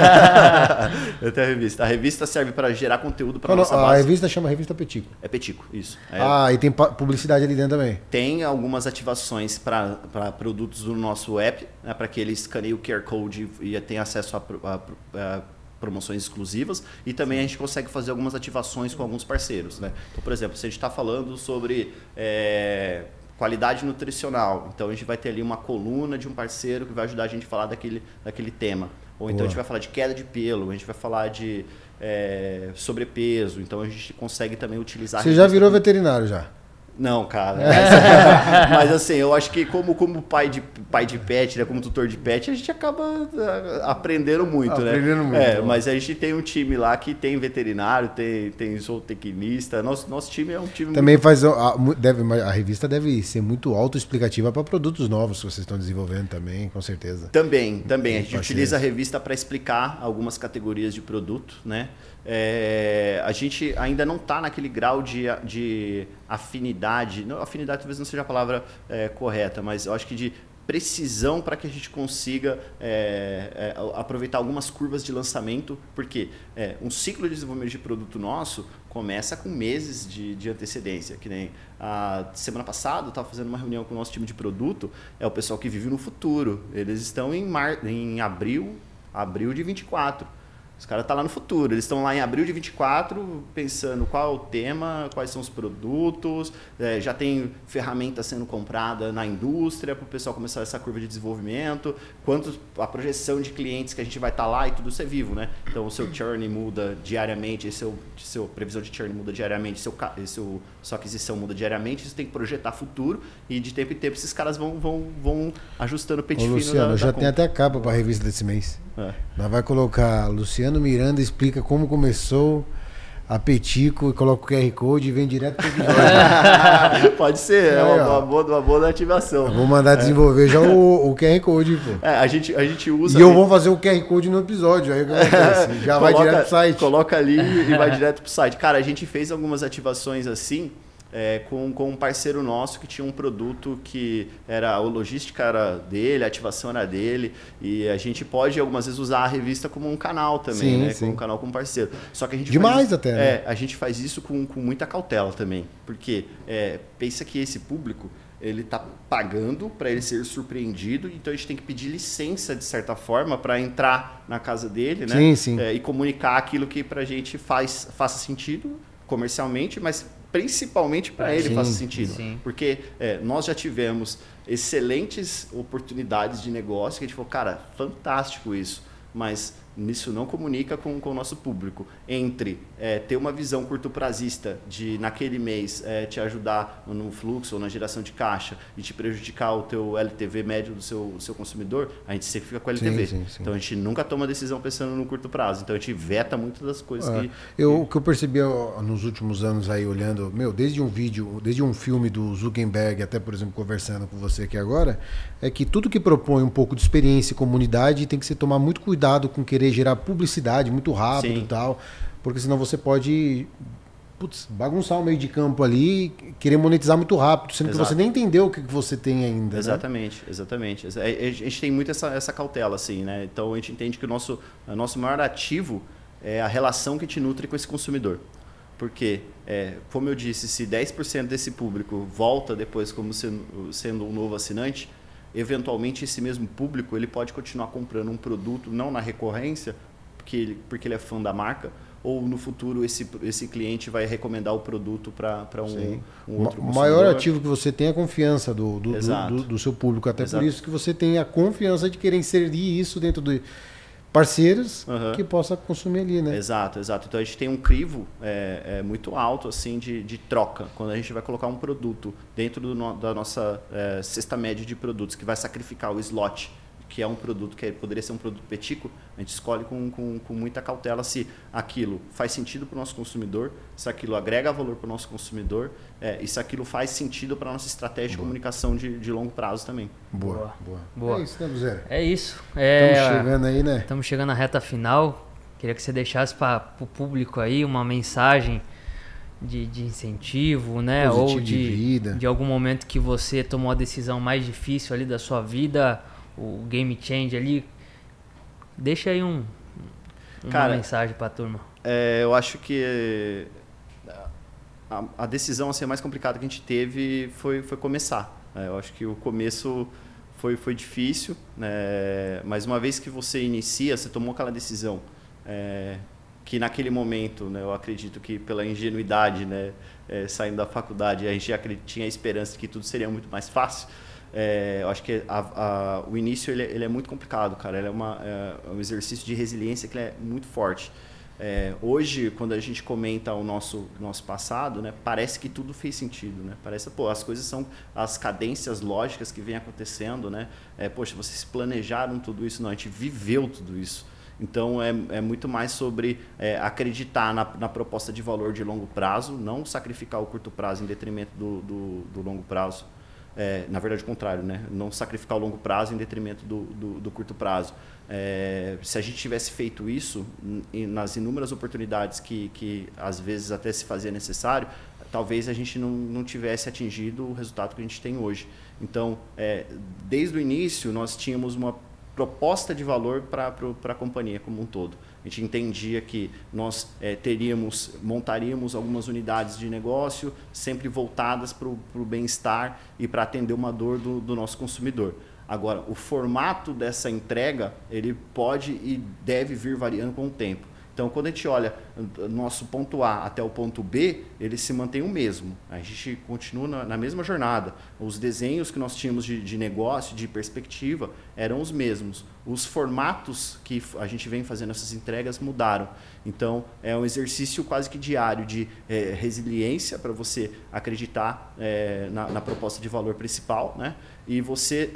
Eu tenho a revista. A revista serve para gerar conteúdo para nossa base. A revista chama Revista Petico. É Petico, isso. E tem publicidade ali dentro também? Tem algumas ativações para produtos do nosso app, né, para que ele escaneie o QR Code e tenha acesso a promoções exclusivas, e também a gente consegue fazer algumas ativações com alguns parceiros. Né? Então, por exemplo, se a gente está falando sobre qualidade nutricional, então a gente vai ter ali uma coluna de um parceiro que vai ajudar a gente a falar daquele tema. Ou então a gente vai falar de queda de pelo, a gente vai falar de sobrepeso, então a gente consegue também utilizar... Você já virou veterinário já? Não, cara. Mas assim, eu acho que como pai de pet, né, como tutor de pet, a gente acaba aprendendo muito, né? Mas a gente tem um time lá que tem veterinário, tem zootecnista. Nosso time é um time... Também faz... A revista deve ser muito autoexplicativa para produtos novos que vocês estão desenvolvendo também, com certeza. Também. A gente utiliza a revista para explicar algumas categorias de produto, né? A gente ainda não está naquele grau de afinidade. Não, afinidade talvez não seja a palavra correta, mas eu acho que de precisão para que a gente consiga aproveitar algumas curvas de lançamento, porque um ciclo de desenvolvimento de produto nosso começa com meses de antecedência, que nem a semana passada eu estava fazendo uma reunião com o nosso time de produto, é o pessoal que vive no futuro, eles estão em abril de 24. Os caras estão lá no futuro, eles estão lá em abril de 24 pensando qual é o tema, quais são os produtos, já tem ferramenta sendo comprada na indústria para o pessoal começar essa curva de desenvolvimento, a projeção de clientes que a gente vai estar lá e tudo isso é vivo, né? Então o seu churn muda diariamente, seu previsão de churn muda diariamente, sua aquisição muda diariamente, você tem que projetar futuro e de tempo em tempo esses caras vão ajustando o pente fino. Luciano, já tem até a capa para a revista desse mês. Nós vai colocar Luciano Miranda explica como começou a Petico e coloca o QR Code e vem direto para o episódio. Pode ser, é uma boa ativação. Eu vou mandar desenvolver já o QR Code, pô. A gente usa... E eu vou fazer o QR Code no episódio, aí o que acontece? Já vai direto pro site. Coloca ali e vai direto pro site. Cara, a gente fez algumas ativações assim, com um parceiro nosso que tinha um produto que a logística era dele, a ativação era dele, e a gente pode algumas vezes usar a revista como um canal também, sim, né? Sim. Como um canal, como parceiro. Só que a gente demais até, né? A gente faz isso com muita cautela também, porque pensa que esse público ele está pagando para ele ser surpreendido, então a gente tem que pedir licença de certa forma para entrar na casa dele, né? Sim. E comunicar aquilo que para a gente faça sentido comercialmente, mas principalmente para ele faça sentido. Sim. Porque nós já tivemos excelentes oportunidades de negócio que a gente falou, cara, fantástico isso, mas nisso não comunica com o nosso público. Entre ter uma visão curto-prazista de, naquele mês, te ajudar no fluxo ou na geração de caixa e te prejudicar o teu LTV médio do seu consumidor, a gente sempre fica com o LTV. Sim. Então, a gente nunca toma decisão pensando no curto prazo. Então, a gente veta muitas das coisas O que eu percebi nos últimos anos aí, olhando, desde um filme do Zuckerberg, até, por exemplo, conversando com você aqui agora, é que tudo que propõe um pouco de experiência e comunidade tem que se tomar muito cuidado com querer gerar publicidade muito rápido e tal, porque senão você pode bagunçar o meio de campo ali, querer monetizar muito rápido, sendo que você nem entendeu o que você tem ainda. Exatamente. A gente tem muito essa cautela, assim, né? Então a gente entende que o nosso maior ativo é a relação que te nutre com esse consumidor. Porque, como eu disse, se 10% desse público volta depois como sendo um novo assinante, eventualmente esse mesmo público ele pode continuar comprando um produto, não na recorrência, porque ele é fã da marca, ou no futuro esse cliente vai recomendar o produto para um outro consumidor. O maior ativo que você tem é a confiança do seu público, até por isso que você tem a confiança de querer inserir isso dentro de parceiros que possa consumir ali, né? Exato. Então a gente tem um crivo muito alto assim de troca. Quando a gente vai colocar um produto dentro da nossa cesta média de produtos que vai sacrificar o slot, que é um produto que poderia ser um produto petico, a gente escolhe com muita cautela se aquilo faz sentido para o nosso consumidor, se aquilo agrega valor para o nosso consumidor e se aquilo faz sentido para a nossa estratégia de comunicação de longo prazo também. Boa. É isso, né, Zé? É isso. Estamos chegando aí, né? Estamos chegando na reta final. Queria que você deixasse para o público aí uma mensagem de incentivo, né? Positivo ou de vida. De algum momento que você tomou a decisão mais difícil ali da sua vida, o game change ali. Deixa aí uma mensagem para a turma. Eu acho que a decisão assim, mais complicada que a gente teve foi começar. Eu acho que o começo foi difícil, né? Mas uma vez que você inicia, você tomou aquela decisão que naquele momento, né, eu acredito que pela ingenuidade, né, saindo da faculdade, a gente já tinha a esperança de que tudo seria muito mais fácil. Eu acho que o início ele é muito complicado, cara. Ele é um exercício de resiliência que é muito forte. Hoje, quando a gente comenta o nosso passado, né, parece que tudo fez sentido, né? Parece, as coisas são as cadências lógicas que vêm acontecendo, né? Poxa, vocês planejaram tudo isso, não, a gente viveu tudo isso. Então, é muito mais sobre acreditar na proposta de valor de longo prazo, não sacrificar o curto prazo em detrimento do longo prazo. Na verdade, o contrário, né? Não sacrificar o longo prazo em detrimento do curto prazo. Se a gente tivesse feito isso nas inúmeras oportunidades que às vezes até se fazia necessário, talvez a gente não tivesse atingido o resultado que a gente tem hoje. Então, desde o início, nós tínhamos uma proposta de valor para a companhia como um todo. A gente entendia que nós montaríamos algumas unidades de negócio sempre voltadas para o bem-estar e para atender uma dor do nosso consumidor. Agora, o formato dessa entrega, ele pode e deve vir variando com o tempo. Então, quando a gente olha nosso ponto A até o ponto B, ele se mantém o mesmo. A gente continua na mesma jornada. Os desenhos que nós tínhamos de negócio, de perspectiva, eram os mesmos. Os formatos que a gente vem fazendo essas entregas mudaram. Então, é um exercício quase que diário de resiliência para você acreditar na proposta de valor principal, né? E você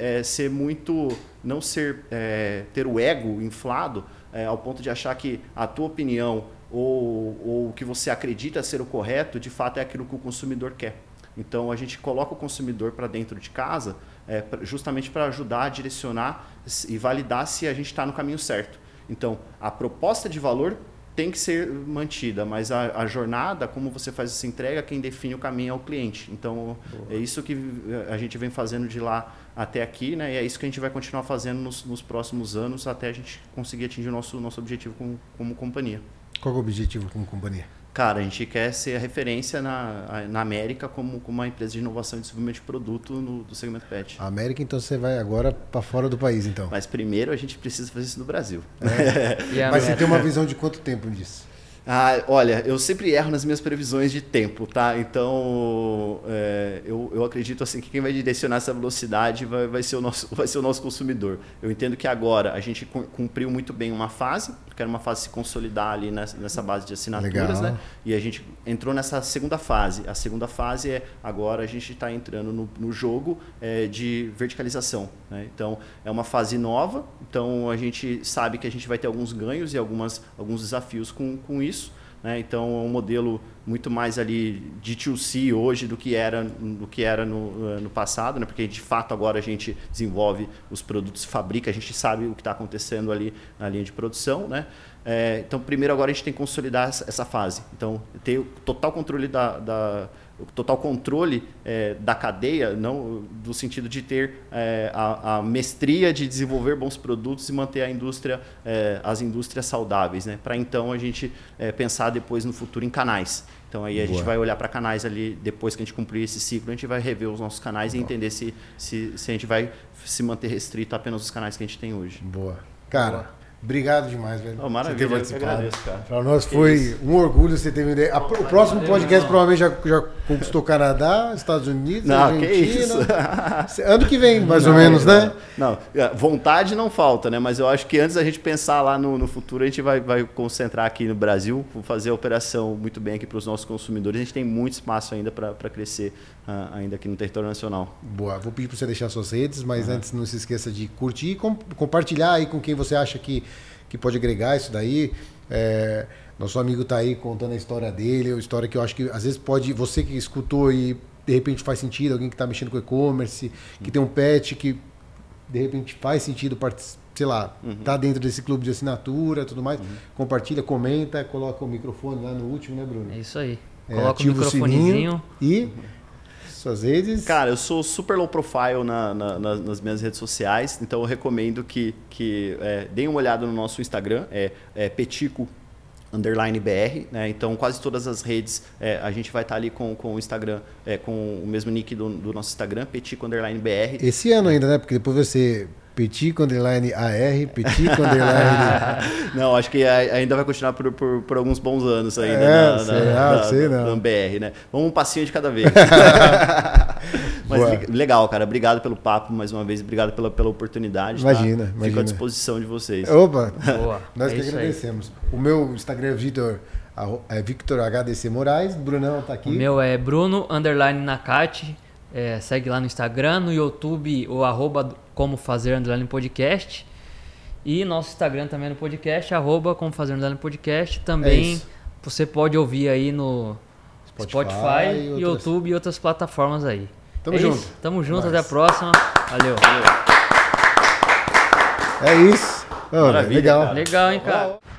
ter o ego inflado ao ponto de achar que a tua opinião ou o que você acredita ser o correto, de fato é aquilo que o consumidor quer. Então, a gente coloca o consumidor para dentro de casa justamente para ajudar a direcionar e validar se a gente está no caminho certo. Então, a proposta de valor tem que ser mantida, mas a jornada, como você faz essa entrega, quem define o caminho é o cliente. Então, é isso que a gente vem fazendo de lá até aqui, né? E é isso que a gente vai continuar fazendo nos próximos anos até a gente conseguir atingir o nosso objetivo como companhia. Qual é o objetivo como companhia? Cara, a gente quer ser a referência na América como uma empresa de inovação e desenvolvimento de produto do segmento pet. A América, então você vai agora para fora do país, então. Mas primeiro a gente precisa fazer isso no Brasil. Mas você tem uma visão de quanto tempo disso? Olha, eu sempre erro nas minhas previsões de tempo, tá? Então, eu acredito assim que quem vai direcionar essa velocidade vai ser o nosso consumidor. Eu entendo que agora a gente cumpriu muito bem uma fase, que era uma fase de se consolidar ali nessa base de assinaturas, né? E a gente entrou nessa segunda fase. A segunda fase agora a gente está entrando no jogo de verticalização, né? Então, é uma fase nova, então a gente sabe que a gente vai ter alguns ganhos e alguns desafios com isso. Né? Então, é um modelo muito mais ali de 2C hoje do que era no passado, né? Porque de fato agora a gente desenvolve os produtos, fabrica, a gente sabe o que está acontecendo ali na linha de produção, né? Então, primeiro agora a gente tem que consolidar essa fase. Então, ter o total controle da cadeia, não do sentido de ter a mestria de desenvolver bons produtos e manter as indústrias saudáveis, né? Para então a gente pensar depois no futuro em canais. Então aí a gente vai olhar para canais ali, depois que a gente cumprir esse ciclo, a gente vai rever os nossos canais e entender se a gente vai se manter restrito a apenas os canais que a gente tem hoje. Boa. Cara, obrigado demais, velho. Maravilha, eu que agradeço, cara. Para nós foi um orgulho você ter vindo. O próximo podcast provavelmente já conquistou Canadá, Estados Unidos, Argentina. Que isso? Ano que vem, mais ou menos, né? Não, vontade não falta, né? Mas eu acho que antes da gente pensar lá no futuro, a gente vai concentrar aqui no Brasil, fazer a operação muito bem aqui para os nossos consumidores. A gente tem muito espaço ainda para crescer ainda aqui no território nacional. Boa, vou pedir para você deixar suas redes, mas antes não se esqueça de curtir e compartilhar aí com quem você acha que pode agregar isso daí. Nosso amigo está aí contando a história dele, uma história que eu acho que às vezes pode, você que escutou e de repente faz sentido, alguém que está mexendo com e-commerce, que tem um pet que de repente faz sentido, sei lá, tá dentro desse clube de assinatura, tudo mais, compartilha, comenta, coloca o microfone lá no último, né, Bruno? É isso aí. Coloca o microfonezinho e suas redes. Cara, eu sou super low profile nas minhas redes sociais, então eu recomendo que deem uma olhada no nosso Instagram, Petico_BR, né? Então quase todas as redes a gente vai estar ali com o Instagram, com o mesmo nick do nosso Instagram, Petico_BR. Esse ano ainda, né? Porque depois vai ser Petico_AR, Petico_. Não, acho que ainda vai continuar por alguns bons anos ainda na BR, né? Vamos um passinho de cada vez. Mas legal, cara. Obrigado pelo papo mais uma vez. Obrigado pela oportunidade. Imagina. Fico à disposição de vocês. Opa! Boa. Nós que agradecemos. Aí. O meu Instagram é Victor HDC Moraes. Brunão tá aqui. O meu é Bruno_Nakati. Segue lá no Instagram, no YouTube, o @comofazer_podcast. E nosso Instagram também no podcast, @comofazer_podcast. Também você pode ouvir aí no Spotify, YouTube e outras plataformas aí. Tamo junto. Isso. Tamo junto, até a próxima. Valeu. É isso. Maravilha, legal. Cara. Legal, hein, cara.